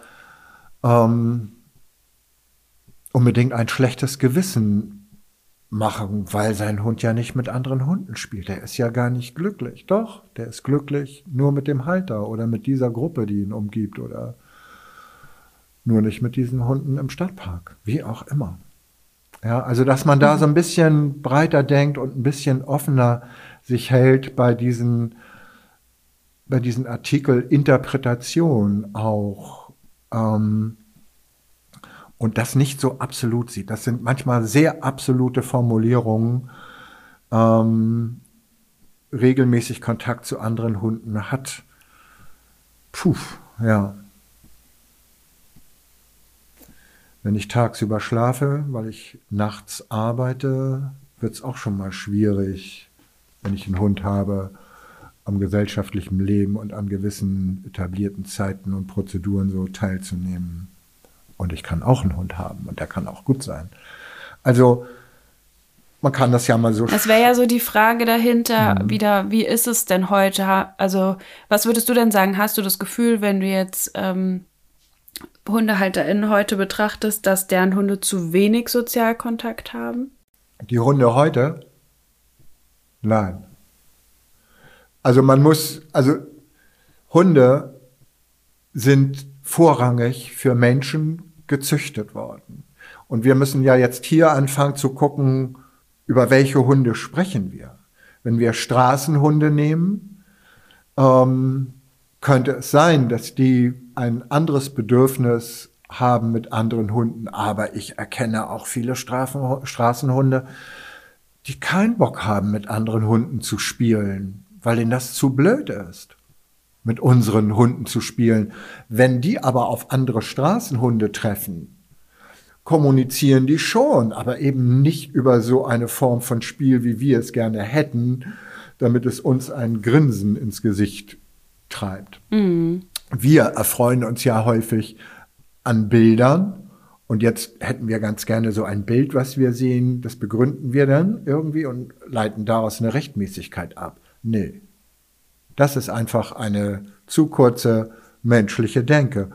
unbedingt ein schlechtes Gewissen machen, weil sein Hund ja nicht mit anderen Hunden spielt. Der ist ja gar nicht glücklich. Doch, der ist glücklich nur mit dem Halter oder mit dieser Gruppe, die ihn umgibt oder nur nicht mit diesen Hunden im Stadtpark. Wie auch immer. Ja, also dass man da so ein bisschen breiter denkt und ein bisschen offener sich hält bei diesen Artikel Interpretation auch. und das nicht so absolut sieht. Das sind manchmal sehr absolute Formulierungen, regelmäßig Kontakt zu anderen Hunden hat. Ja. Wenn ich tagsüber schlafe, weil ich nachts arbeite, wird es auch schon mal schwierig, wenn ich einen Hund habe, am gesellschaftlichen Leben und an gewissen etablierten Zeiten und Prozeduren so teilzunehmen. Und ich kann auch einen Hund haben und der kann auch gut sein. Also man kann das ja mal so... Das wäre ja so die Frage dahinter wieder, wie ist es denn heute? Also was würdest du denn sagen? Hast du das Gefühl, wenn du jetzt HundehalterInnen heute betrachtest, dass deren Hunde zu wenig Sozialkontakt haben? Die Hunde heute? Nein. Also Hunde sind vorrangig für Menschen gezüchtet worden. Und wir müssen ja jetzt hier anfangen zu gucken, über welche Hunde sprechen wir. Wenn wir Straßenhunde nehmen, könnte es sein, dass die ein anderes Bedürfnis haben mit anderen Hunden. Aber ich erkenne auch viele Straßenhunde, die keinen Bock haben, mit anderen Hunden zu spielen, weil ihnen das zu blöd ist, mit unseren Hunden zu spielen. Wenn die aber auf andere Straßenhunde treffen, kommunizieren die schon, aber eben nicht über so eine Form von Spiel, wie wir es gerne hätten, damit es uns ein Grinsen ins Gesicht treibt. Mhm. Wir erfreuen uns ja häufig an Bildern und jetzt hätten wir ganz gerne so ein Bild, was wir sehen, das begründen wir dann irgendwie und leiten daraus eine Rechtmäßigkeit ab. Nee, das ist einfach eine zu kurze menschliche Denke.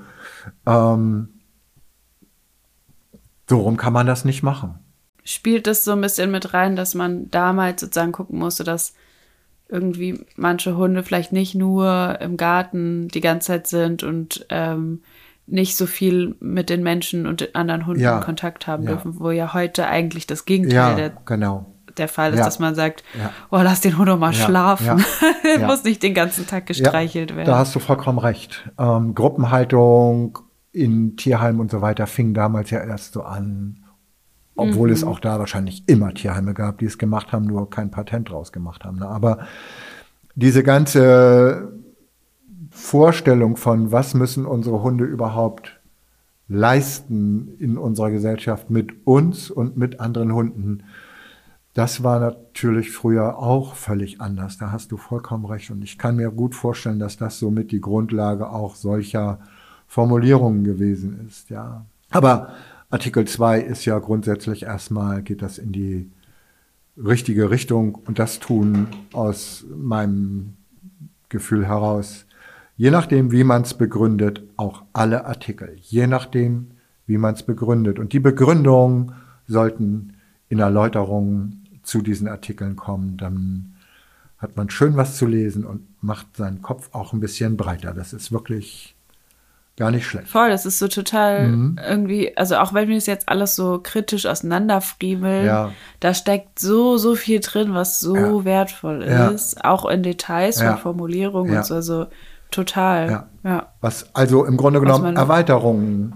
So rum kann man das nicht machen. Spielt das so ein bisschen mit rein, dass man damals sozusagen gucken musste, dass irgendwie manche Hunde vielleicht nicht nur im Garten die ganze Zeit sind und nicht so viel mit den Menschen und anderen Hunden Kontakt haben dürfen, wo ja heute eigentlich das Gegenteil der Fall ist, dass man sagt, oh, lass den Hund doch mal schlafen. Der muss nicht den ganzen Tag gestreichelt werden. Da hast du vollkommen recht. Gruppenhaltung in Tierheimen und so weiter fing damals ja erst so an, obwohl es auch da wahrscheinlich immer Tierheime gab, die es gemacht haben, nur kein Patent draus gemacht haben. Ne? Aber diese ganze Vorstellung von, was müssen unsere Hunde überhaupt leisten in unserer Gesellschaft mit uns und mit anderen Hunden, das war natürlich früher auch völlig anders. Da hast du vollkommen recht. Und ich kann mir gut vorstellen, dass das somit die Grundlage auch solcher Formulierungen gewesen ist, ja. Aber Artikel 2 ist ja grundsätzlich erstmal, geht das in die richtige Richtung und das tun aus meinem Gefühl heraus, je nachdem, wie man es begründet, auch alle Artikel, je nachdem, wie man es begründet. Und die Begründungen sollten in Erläuterungen zu diesen Artikeln kommen, dann hat man schön was zu lesen und macht seinen Kopf auch ein bisschen breiter. Das ist wirklich gar nicht schlecht. Voll, das ist so total irgendwie, also auch wenn wir das jetzt alles so kritisch auseinanderfriemeln, da steckt so viel drin, was so wertvoll ist, auch in Details von Formulierungen und so, also total. Ja. Was also im Grunde genommen Erweiterungen,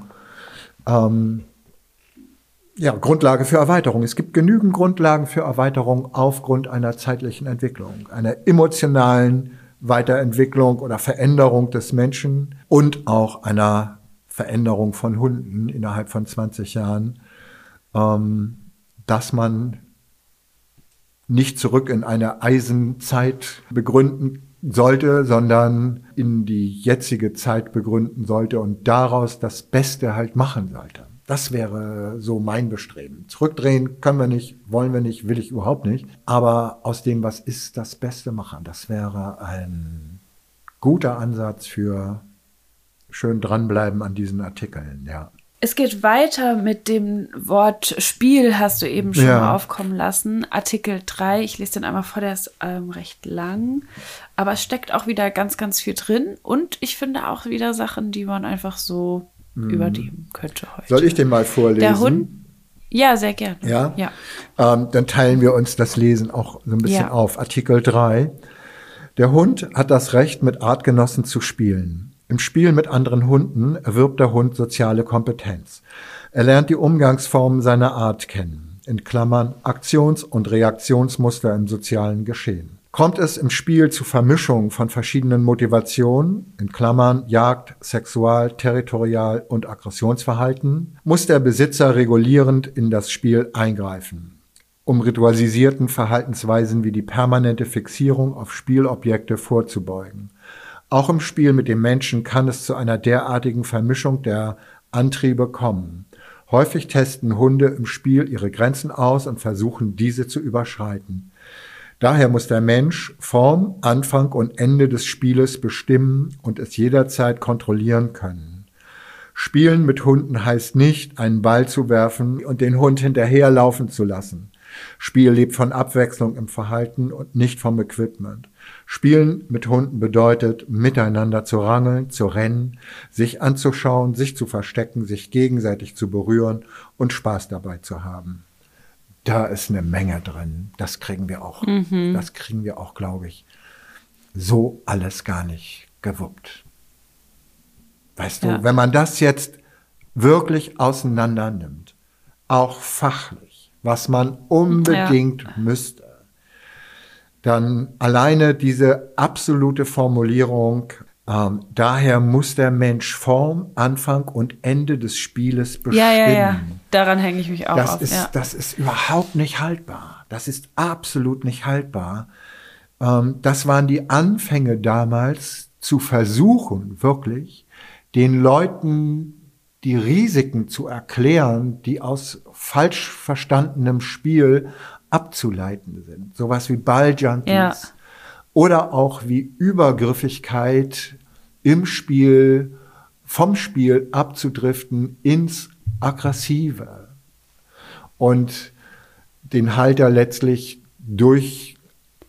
Grundlage für Erweiterung. Es gibt genügend Grundlagen für Erweiterung aufgrund einer zeitlichen Entwicklung, einer emotionalen Weiterentwicklung oder Veränderung des Menschen und auch einer Veränderung von Hunden innerhalb von 20 Jahren, dass man nicht zurück in eine Eisenzeit begründen sollte, sondern in die jetzige Zeit begründen sollte und daraus das Beste halt machen sollte. Das wäre so mein Bestreben. Zurückdrehen können wir nicht, wollen wir nicht, will ich überhaupt nicht. Aber aus dem, was ist, das Beste machen. Das wäre ein guter Ansatz für schön dranbleiben an diesen Artikeln, ja. Es geht weiter mit dem Wort Spiel, hast du eben schon mal aufkommen lassen. Artikel 3, ich lese den einmal vor, der ist recht lang. Aber es steckt auch wieder ganz, ganz viel drin. Und ich finde auch wieder Sachen, die man einfach so übernehmen könnte heute. Soll ich den mal vorlesen? Der Hund? Ja, sehr gerne. Ja? Dann teilen wir uns das Lesen auch so ein bisschen auf. Artikel 3. Der Hund hat das Recht, mit Artgenossen zu spielen. Im Spiel mit anderen Hunden erwirbt der Hund soziale Kompetenz. Er lernt die Umgangsformen seiner Art kennen, in Klammern Aktions- und Reaktionsmuster im sozialen Geschehen. Kommt es im Spiel zu Vermischung von verschiedenen Motivationen, in Klammern Jagd, Sexual-, Territorial- und Aggressionsverhalten, muss der Besitzer regulierend in das Spiel eingreifen, um ritualisierten Verhaltensweisen wie die permanente Fixierung auf Spielobjekte vorzubeugen. Auch im Spiel mit dem Menschen kann es zu einer derartigen Vermischung der Antriebe kommen. Häufig testen Hunde im Spiel ihre Grenzen aus und versuchen, diese zu überschreiten. Daher muss der Mensch Form, Anfang und Ende des Spieles bestimmen und es jederzeit kontrollieren können. Spielen mit Hunden heißt nicht, einen Ball zu werfen und den Hund hinterherlaufen zu lassen. Spiel lebt von Abwechslung im Verhalten und nicht vom Equipment. Spielen mit Hunden bedeutet, miteinander zu rangeln, zu rennen, sich anzuschauen, sich zu verstecken, sich gegenseitig zu berühren und Spaß dabei zu haben. Da ist eine Menge drin. Das kriegen wir auch. Das kriegen wir auch, glaube ich, so alles gar nicht gewuppt. Weißt du, wenn man das jetzt wirklich auseinander nimmt, auch fachlich, was man unbedingt müsste, dann alleine diese absolute Formulierung, daher muss der Mensch Form, Anfang und Ende des Spieles bestimmen. Ja. Daran hänge ich mich auch auf. Das ist überhaupt nicht haltbar. Das ist absolut nicht haltbar. Das waren die Anfänge damals, zu versuchen, wirklich den Leuten die Risiken zu erklären, die aus falsch verstandenem Spiel abzuleiten sind. Sowas wie Balljunkies oder auch wie Übergriffigkeit im Spiel, vom Spiel abzudriften ins Aggressive und den Halter letztlich durch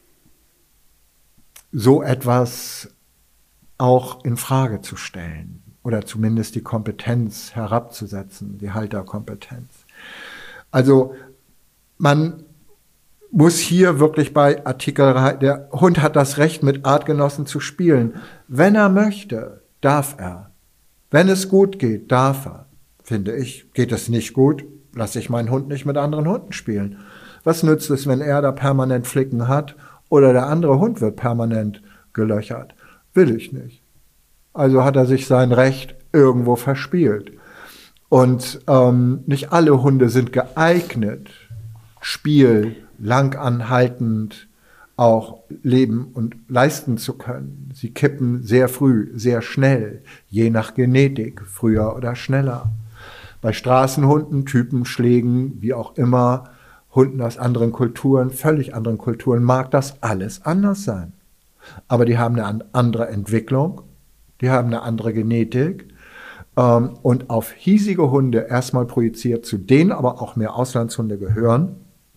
so etwas auch in Frage zu stellen oder zumindest die Kompetenz herabzusetzen, die Halterkompetenz. Also man muss hier wirklich bei Artikel, der Hund hat das Recht, mit Artgenossen zu spielen. Wenn er möchte, darf er. Wenn es gut geht, darf er. Finde ich, geht es nicht gut, lasse ich meinen Hund nicht mit anderen Hunden spielen. Was nützt es, wenn er da permanent Flicken hat oder der andere Hund wird permanent gelöchert? Will ich nicht. Also hat er sich sein Recht irgendwo verspielt. Und nicht alle Hunde sind geeignet, Spiel langanhaltend auch leben und leisten zu können. Sie kippen sehr früh, sehr schnell, je nach Genetik, früher oder schneller. Bei Straßenhunden, Typenschlägen, wie auch immer, Hunden aus anderen Kulturen, völlig anderen Kulturen, mag das alles anders sein. Aber die haben eine andere Entwicklung, die haben eine andere Genetik. Und auf hiesige Hunde erstmal projiziert, zu denen aber auch mehr Auslandshunde gehören,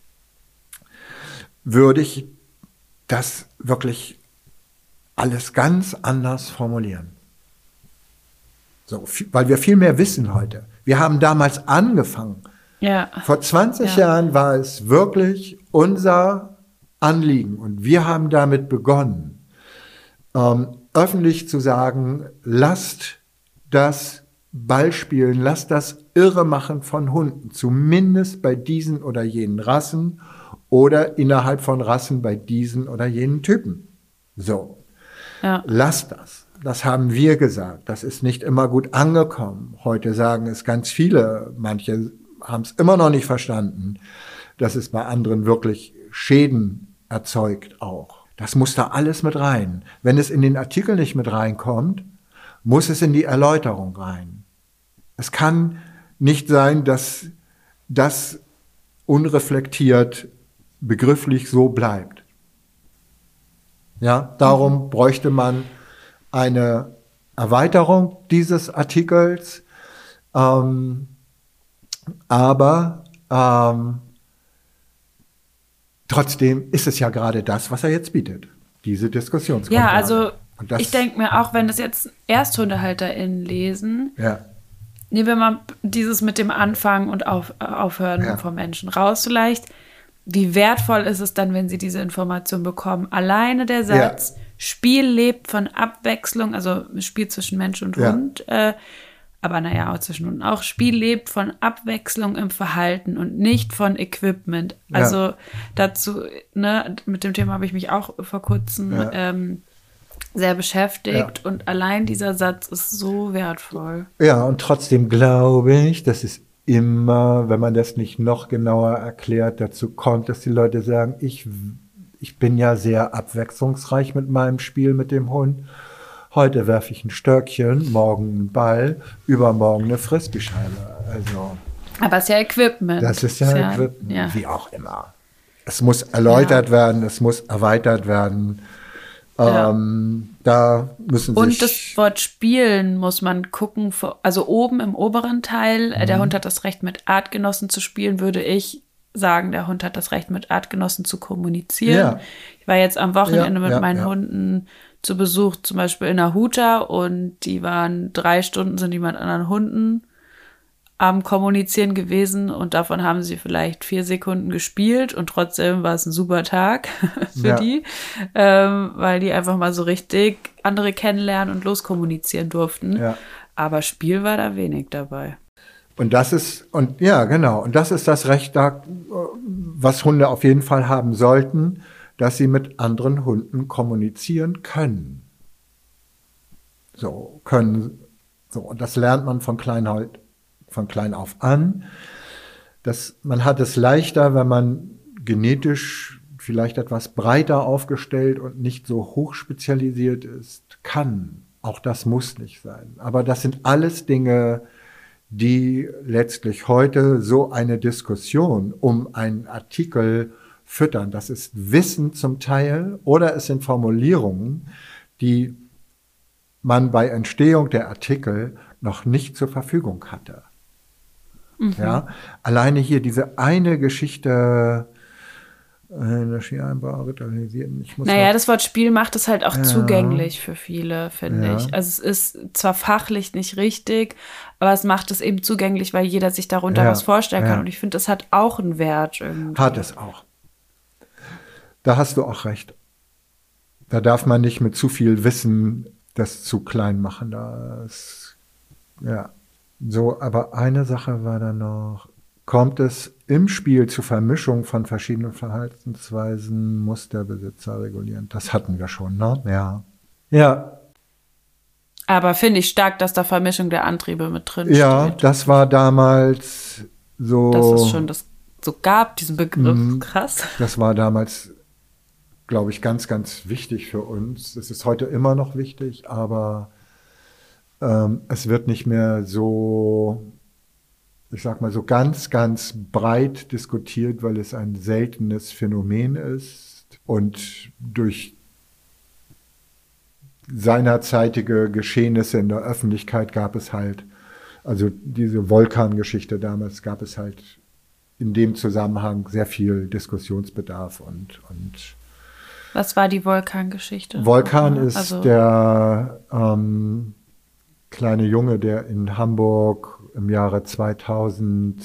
würde ich das wirklich alles ganz anders formulieren. So, weil wir viel mehr wissen heute. Wir haben damals angefangen. Ja. Vor 20 Jahren war es wirklich unser Anliegen und wir haben damit begonnen, öffentlich zu sagen, lasst das Ballspielen, lasst das Irremachen von Hunden, zumindest bei diesen oder jenen Rassen oder innerhalb von Rassen bei diesen oder jenen Typen. So, lasst das. Das haben wir gesagt. Das ist nicht immer gut angekommen. Heute sagen es ganz viele, manche haben es immer noch nicht verstanden, dass es bei anderen wirklich Schäden erzeugt auch. Das muss da alles mit rein. Wenn es in den Artikel nicht mit reinkommt, muss es in die Erläuterung rein. Es kann nicht sein, dass das unreflektiert begrifflich so bleibt. Ja, darum bräuchte man eine Erweiterung dieses Artikels, aber trotzdem ist es ja gerade das, was er jetzt bietet, diese Diskussionsgrundlage. Ja, also ich denke mir auch, wenn das jetzt ErsthundehalterInnen lesen, nehmen wir mal dieses mit dem Anfangen und Aufhören vom Menschen raus vielleicht, wie wertvoll ist es dann, wenn sie diese Information bekommen? Alleine der Satz, Spiel lebt von Abwechslung, also Spiel zwischen Mensch und Hund, aber naja, auch zwischen Hunden auch. Spiel lebt von Abwechslung im Verhalten und nicht von Equipment. Also dazu, ne, mit dem Thema habe ich mich auch vor kurzem sehr beschäftigt und allein dieser Satz ist so wertvoll. Ja, und trotzdem glaube ich, dass es immer, wenn man das nicht noch genauer erklärt, dazu kommt, dass die Leute sagen, ich bin ja sehr abwechslungsreich mit meinem Spiel mit dem Hund. Heute werfe ich ein Stöckchen, morgen einen Ball, übermorgen eine Frisbeescheibe. Also, aber es ist ja Equipment. Das ist ja Equipment, wie auch immer. Es muss erläutert werden, es muss erweitert werden. Da müssen und das Wort spielen muss man gucken, also oben im oberen Teil, der Hund hat das Recht mit Artgenossen zu spielen, würde ich sagen, der Hund hat das Recht mit Artgenossen zu kommunizieren. Ja. Ich war jetzt am Wochenende mit meinen Hunden zu Besuch, zum Beispiel in der Huta und die waren 3 Stunden, sind die mit anderen Hunden am Kommunizieren gewesen und davon haben sie vielleicht 4 Sekunden gespielt und trotzdem war es ein super Tag für die, weil die einfach mal so richtig andere kennenlernen und loskommunizieren durften. Ja. Aber Spiel war da wenig dabei. Und das ist, und das ist das Recht, was Hunde auf jeden Fall haben sollten, dass sie mit anderen Hunden kommunizieren können. Und das lernt man von klein auf an. Man hat es leichter, wenn man genetisch vielleicht etwas breiter aufgestellt und nicht so hochspezialisiert ist, kann. Auch das muss nicht sein. Aber das sind alles Dinge, die letztlich heute so eine Diskussion um einen Artikel füttern. Das ist Wissen zum Teil oder es sind Formulierungen, die man bei Entstehung der Artikel noch nicht zur Verfügung hatte. Ja, alleine hier diese eine Geschichte, das Wort Spiel macht es halt auch zugänglich für viele, finde ich. Also es ist zwar fachlich nicht richtig, aber es macht es eben zugänglich, weil jeder sich darunter was vorstellen kann. Und ich finde, das hat auch einen Wert irgendwie. Hat es auch. Da hast du auch recht. Da darf man nicht mit zu viel Wissen das zu klein machen. So, aber eine Sache war da noch. Kommt es im Spiel zu Vermischung von verschiedenen Verhaltensweisen, muss der Besitzer regulieren. Das hatten wir schon, ne? Ja. Aber finde ich stark, dass da Vermischung der Antriebe mit drin steht. Ja, das war damals so. Dass es schon das so gab, diesen Begriff. Krass. Das war damals, glaube ich, ganz, ganz wichtig für uns. Es ist heute immer noch wichtig, aber es wird nicht mehr so, ich sag mal, so ganz, ganz breit diskutiert, weil es ein seltenes Phänomen ist und durch seinerzeitige Geschehnisse in der Öffentlichkeit gab es halt, also diese Vulkan-Geschichte damals, gab es halt in dem Zusammenhang sehr viel Diskussionsbedarf und was war die Vulkan-Geschichte? Vulkan ist der kleine Junge, der in Hamburg im Jahre 2000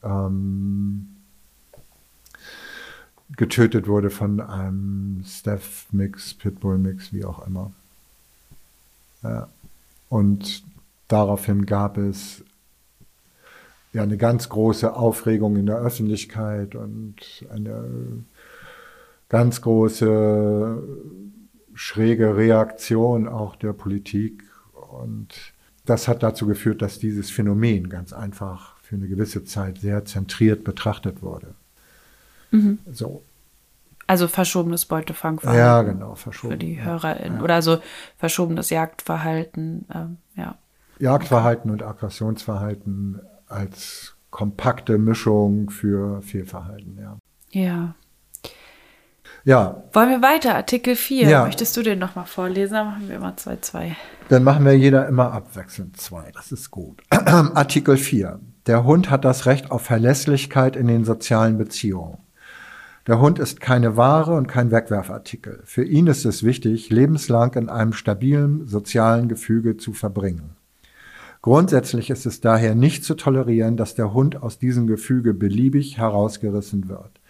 getötet wurde von einem Staff-Mix, Pitbull-Mix, wie auch immer. Ja. Und daraufhin gab es eine ganz große Aufregung in der Öffentlichkeit und eine ganz große schräge Reaktion auch der Politik. Und das hat dazu geführt, dass dieses Phänomen ganz einfach für eine gewisse Zeit sehr zentriert betrachtet wurde. So. Also verschobenes Beutefangverhalten. Ja, genau, verschoben. Für die HörerInnen. Ja. Oder so verschobenes Jagdverhalten. Jagdverhalten und Aggressionsverhalten als kompakte Mischung für Fehlverhalten, Ja. Ja. Wollen wir weiter? Artikel 4. Ja. Möchtest du den nochmal vorlesen? Dann machen wir immer 2-2. Dann machen wir jeder immer abwechselnd 2. Das ist gut. Artikel 4. Der Hund hat das Recht auf Verlässlichkeit in den sozialen Beziehungen. Der Hund ist keine Ware und kein Wegwerfartikel. Für ihn ist es wichtig, lebenslang in einem stabilen sozialen Gefüge zu verbringen. Grundsätzlich ist es daher nicht zu tolerieren, dass der Hund aus diesem Gefüge beliebig herausgerissen wird.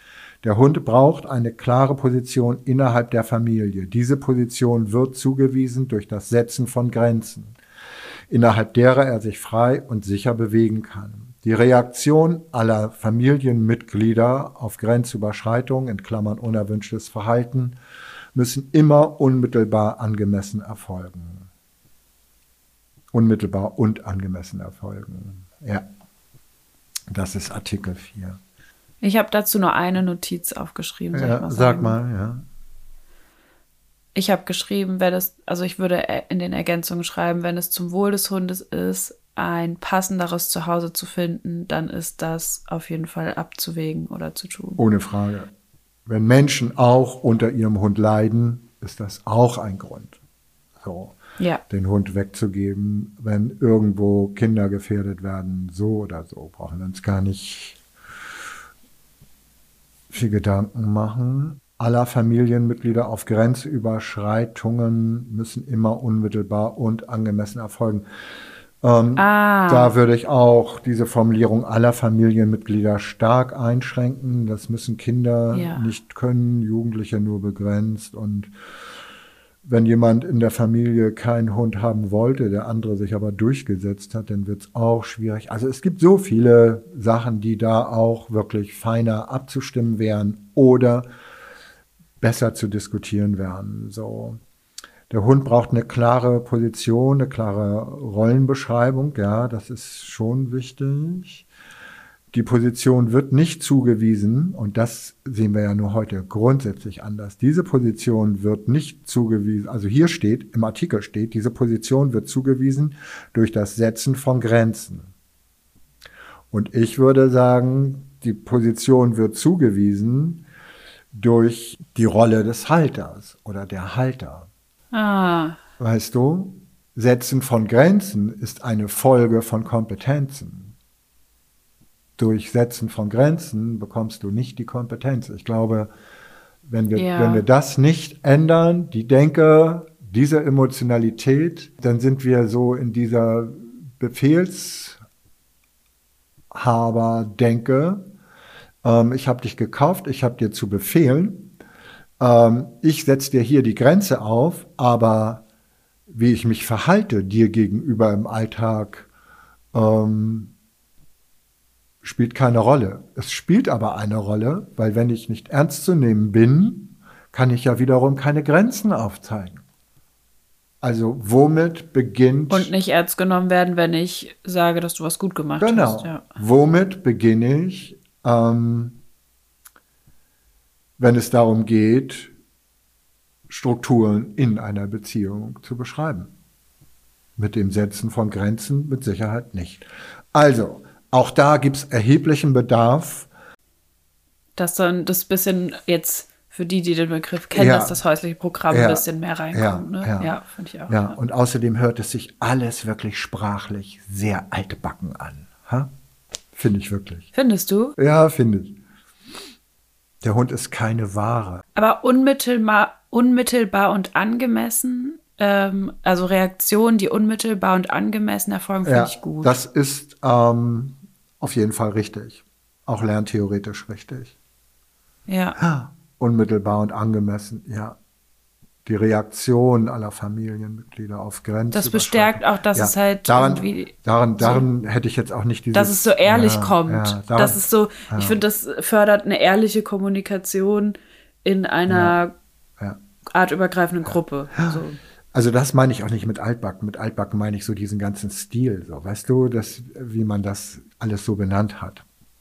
Der Hund braucht eine klare Position innerhalb der Familie. Diese Position wird zugewiesen durch das Setzen von Grenzen, innerhalb derer er sich frei und sicher bewegen kann. Die Reaktion aller Familienmitglieder auf Grenzüberschreitungen, in Klammern unerwünschtes Verhalten, müssen immer unmittelbar angemessen erfolgen. Unmittelbar und angemessen erfolgen. Ja, das ist Artikel 4. Ich habe dazu nur eine Notiz aufgeschrieben. Soll ich mal sagen? Sag mal, ja. Ich habe geschrieben, ich würde in den Ergänzungen schreiben, wenn es zum Wohl des Hundes ist, ein passenderes Zuhause zu finden, dann ist das auf jeden Fall abzuwägen oder zu tun. Ohne Frage. Wenn Menschen auch unter ihrem Hund leiden, ist das auch ein Grund, den Hund wegzugeben, wenn irgendwo Kinder gefährdet werden, so oder so. Brauchen wir uns gar nicht viel Gedanken machen. Aller Familienmitglieder auf Grenzüberschreitungen müssen immer unmittelbar und angemessen erfolgen. Da würde ich auch diese Formulierung aller Familienmitglieder stark einschränken. Das müssen Kinder nicht können, Jugendliche nur begrenzt. Und wenn jemand in der Familie keinen Hund haben wollte, der andere sich aber durchgesetzt hat, dann wird es auch schwierig. Also es gibt so viele Sachen, die da auch wirklich feiner abzustimmen wären oder besser zu diskutieren wären. So. Der Hund braucht eine klare Position, eine klare Rollenbeschreibung. Ja, das ist schon wichtig. Die Position wird nicht zugewiesen, und das sehen wir ja nur heute grundsätzlich anders. Diese Position wird nicht zugewiesen, also hier steht, im Artikel steht, diese Position wird zugewiesen durch das Setzen von Grenzen. Und ich würde sagen, die Position wird zugewiesen durch die Rolle des Halters oder der Halter. Weißt du, Setzen von Grenzen ist eine Folge von Kompetenzen. Durch Setzen von Grenzen bekommst du nicht die Kompetenz. Ich glaube, wenn wir das nicht ändern, die Denke, diese Emotionalität, dann sind wir so in dieser Befehlshaber-Denke. Ich habe dich gekauft, ich habe dir zu befehlen. Ich setze dir hier die Grenze auf, aber wie ich mich verhalte dir gegenüber im Alltag, spielt keine Rolle. Es spielt aber eine Rolle, weil wenn ich nicht ernst zu nehmen bin, kann ich ja wiederum keine Grenzen aufzeigen. Also womit beginnt... Und nicht ernst genommen werden, wenn ich sage, dass du was gut gemacht hast. Genau. Ja. Womit beginne ich, wenn es darum geht, Strukturen in einer Beziehung zu beschreiben? Mit dem Setzen von Grenzen mit Sicherheit nicht. Also, auch da gibt es erheblichen Bedarf. Dass dann das bisschen jetzt für die den Begriff kennen, dass das häusliche Programm ein bisschen mehr reinkommt. Ja, finde ich auch. Ja, und außerdem hört es sich alles wirklich sprachlich sehr altbacken an. Finde ich wirklich. Findest du? Ja, finde ich. Der Hund ist keine Ware. Aber unmittelbar und angemessen, also Reaktionen, die unmittelbar und angemessen erfolgen, finde ich gut. Das ist auf jeden Fall richtig. Auch lerntheoretisch richtig. Ja. Unmittelbar und angemessen, ja. Die Reaktion aller Familienmitglieder auf Grenzen. Das bestärkt auch, dass es halt daran hätte ich jetzt auch nicht dass es so ehrlich kommt. Das ist so, ich finde, das fördert eine ehrliche Kommunikation in einer artübergreifenden Gruppe. So. Also das meine ich auch nicht mit Altbacken. Mit Altbacken meine ich so diesen ganzen Stil, so, weißt du, wie man das alles so benannt hat.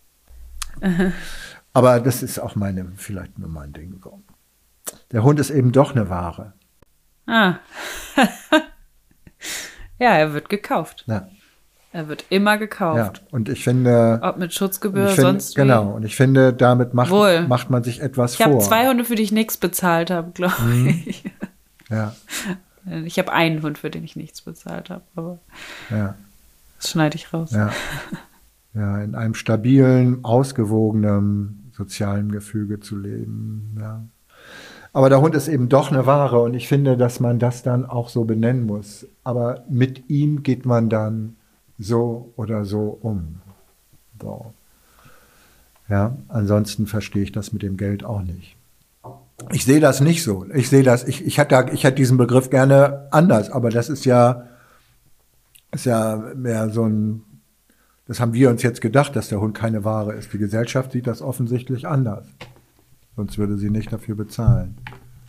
Aber das ist auch vielleicht nur mein Ding. So. Der Hund ist eben doch eine Ware. Ja, er wird gekauft. Ja. Er wird immer gekauft. Ja, und ich finde... Ob mit Schutzgebühr, sonst wie. Genau, und ich finde, damit macht man sich etwas vor. Ich habe 2 Hunde, für die ich nichts bezahlt habe, glaube ich. Ja. Ich habe einen Hund, für den ich nichts bezahlt habe, aber das schneide ich raus. Ja. Ja, in einem stabilen, ausgewogenen sozialen Gefüge zu leben. Ja. Aber der Hund ist eben doch eine Ware, und ich finde, dass man das dann auch so benennen muss. Aber mit ihm geht man dann so oder so um. So. Ja, ansonsten verstehe ich das mit dem Geld auch nicht. Ich sehe das nicht so. Ich sehe das, ich hätte diesen Begriff gerne anders, aber das ist ja mehr so ein, das haben wir uns jetzt gedacht, dass der Hund keine Ware ist. Die Gesellschaft sieht das offensichtlich anders. Sonst würde sie nicht dafür bezahlen.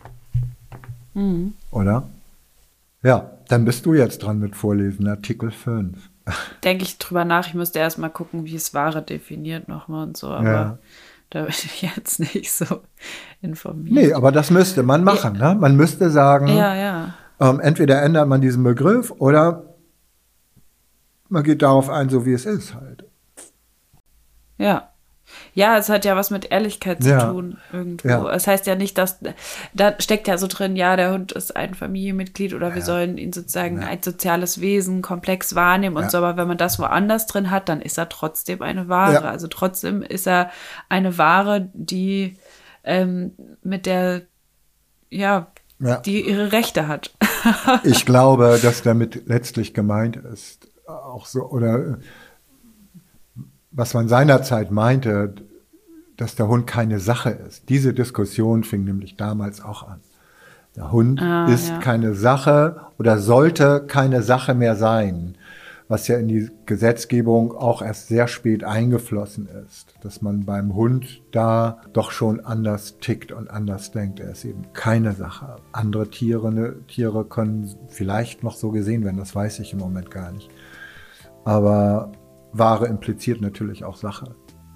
Oder? Ja, dann bist du jetzt dran mit Vorlesen, Artikel 5. Denke ich drüber nach. Ich müsste erst mal gucken, wie es Ware definiert nochmal und so, aber da bin ich jetzt nicht so informiert. Nee, aber das müsste man machen. Ne? Man müsste sagen, entweder ändert man diesen Begriff oder man geht darauf ein, so wie es ist halt. Ja. Ja, es hat ja was mit Ehrlichkeit zu tun irgendwo. Ja. Es heißt ja nicht, dass, da steckt ja so drin, ja, der Hund ist ein Familienmitglied oder wir sollen ihn sozusagen als soziales Wesen komplex wahrnehmen und so, aber wenn man das woanders drin hat, dann ist er trotzdem eine Ware. Ja. Also trotzdem ist er eine Ware, die mit der, die ihre Rechte hat. Ich glaube, dass damit letztlich gemeint ist, auch so, oder was man seinerzeit meinte, dass der Hund keine Sache ist. Diese Diskussion fing nämlich damals auch an. Der Hund ist keine Sache oder sollte keine Sache mehr sein, was ja in die Gesetzgebung auch erst sehr spät eingeflossen ist, dass man beim Hund da doch schon anders tickt und anders denkt. Er ist eben keine Sache. Andere Tiere können vielleicht noch so gesehen werden, das weiß ich im Moment gar nicht. Aber Ware impliziert natürlich auch Sache.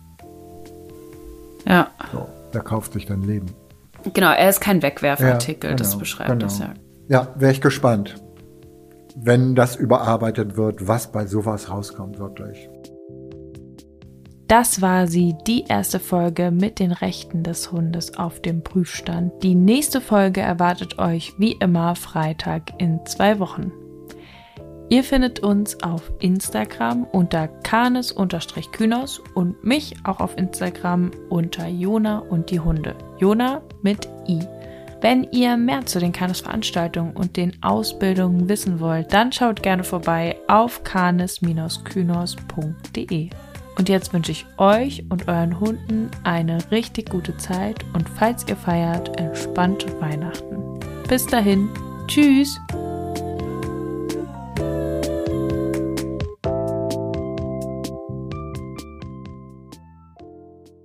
Ja. So, der kauft sich dann Leben. Genau, er ist kein Wegwerfartikel, das beschreibt das ja. Ja, wäre ich gespannt, wenn das überarbeitet wird, was bei sowas rauskommt wirklich. Das war sie, die erste Folge mit den Rechten des Hundes auf dem Prüfstand. Die nächste Folge erwartet euch wie immer Freitag in 2 Wochen. Ihr findet uns auf Instagram unter Canis_Kynos und mich auch auf Instagram unter Jona und die Hunde. Jona mit I. Wenn ihr mehr zu den Canis-Veranstaltungen und den Ausbildungen wissen wollt, dann schaut gerne vorbei auf canis-kynos.de. Und jetzt wünsche ich euch und euren Hunden eine richtig gute Zeit und falls ihr feiert, entspannte Weihnachten. Bis dahin, tschüss!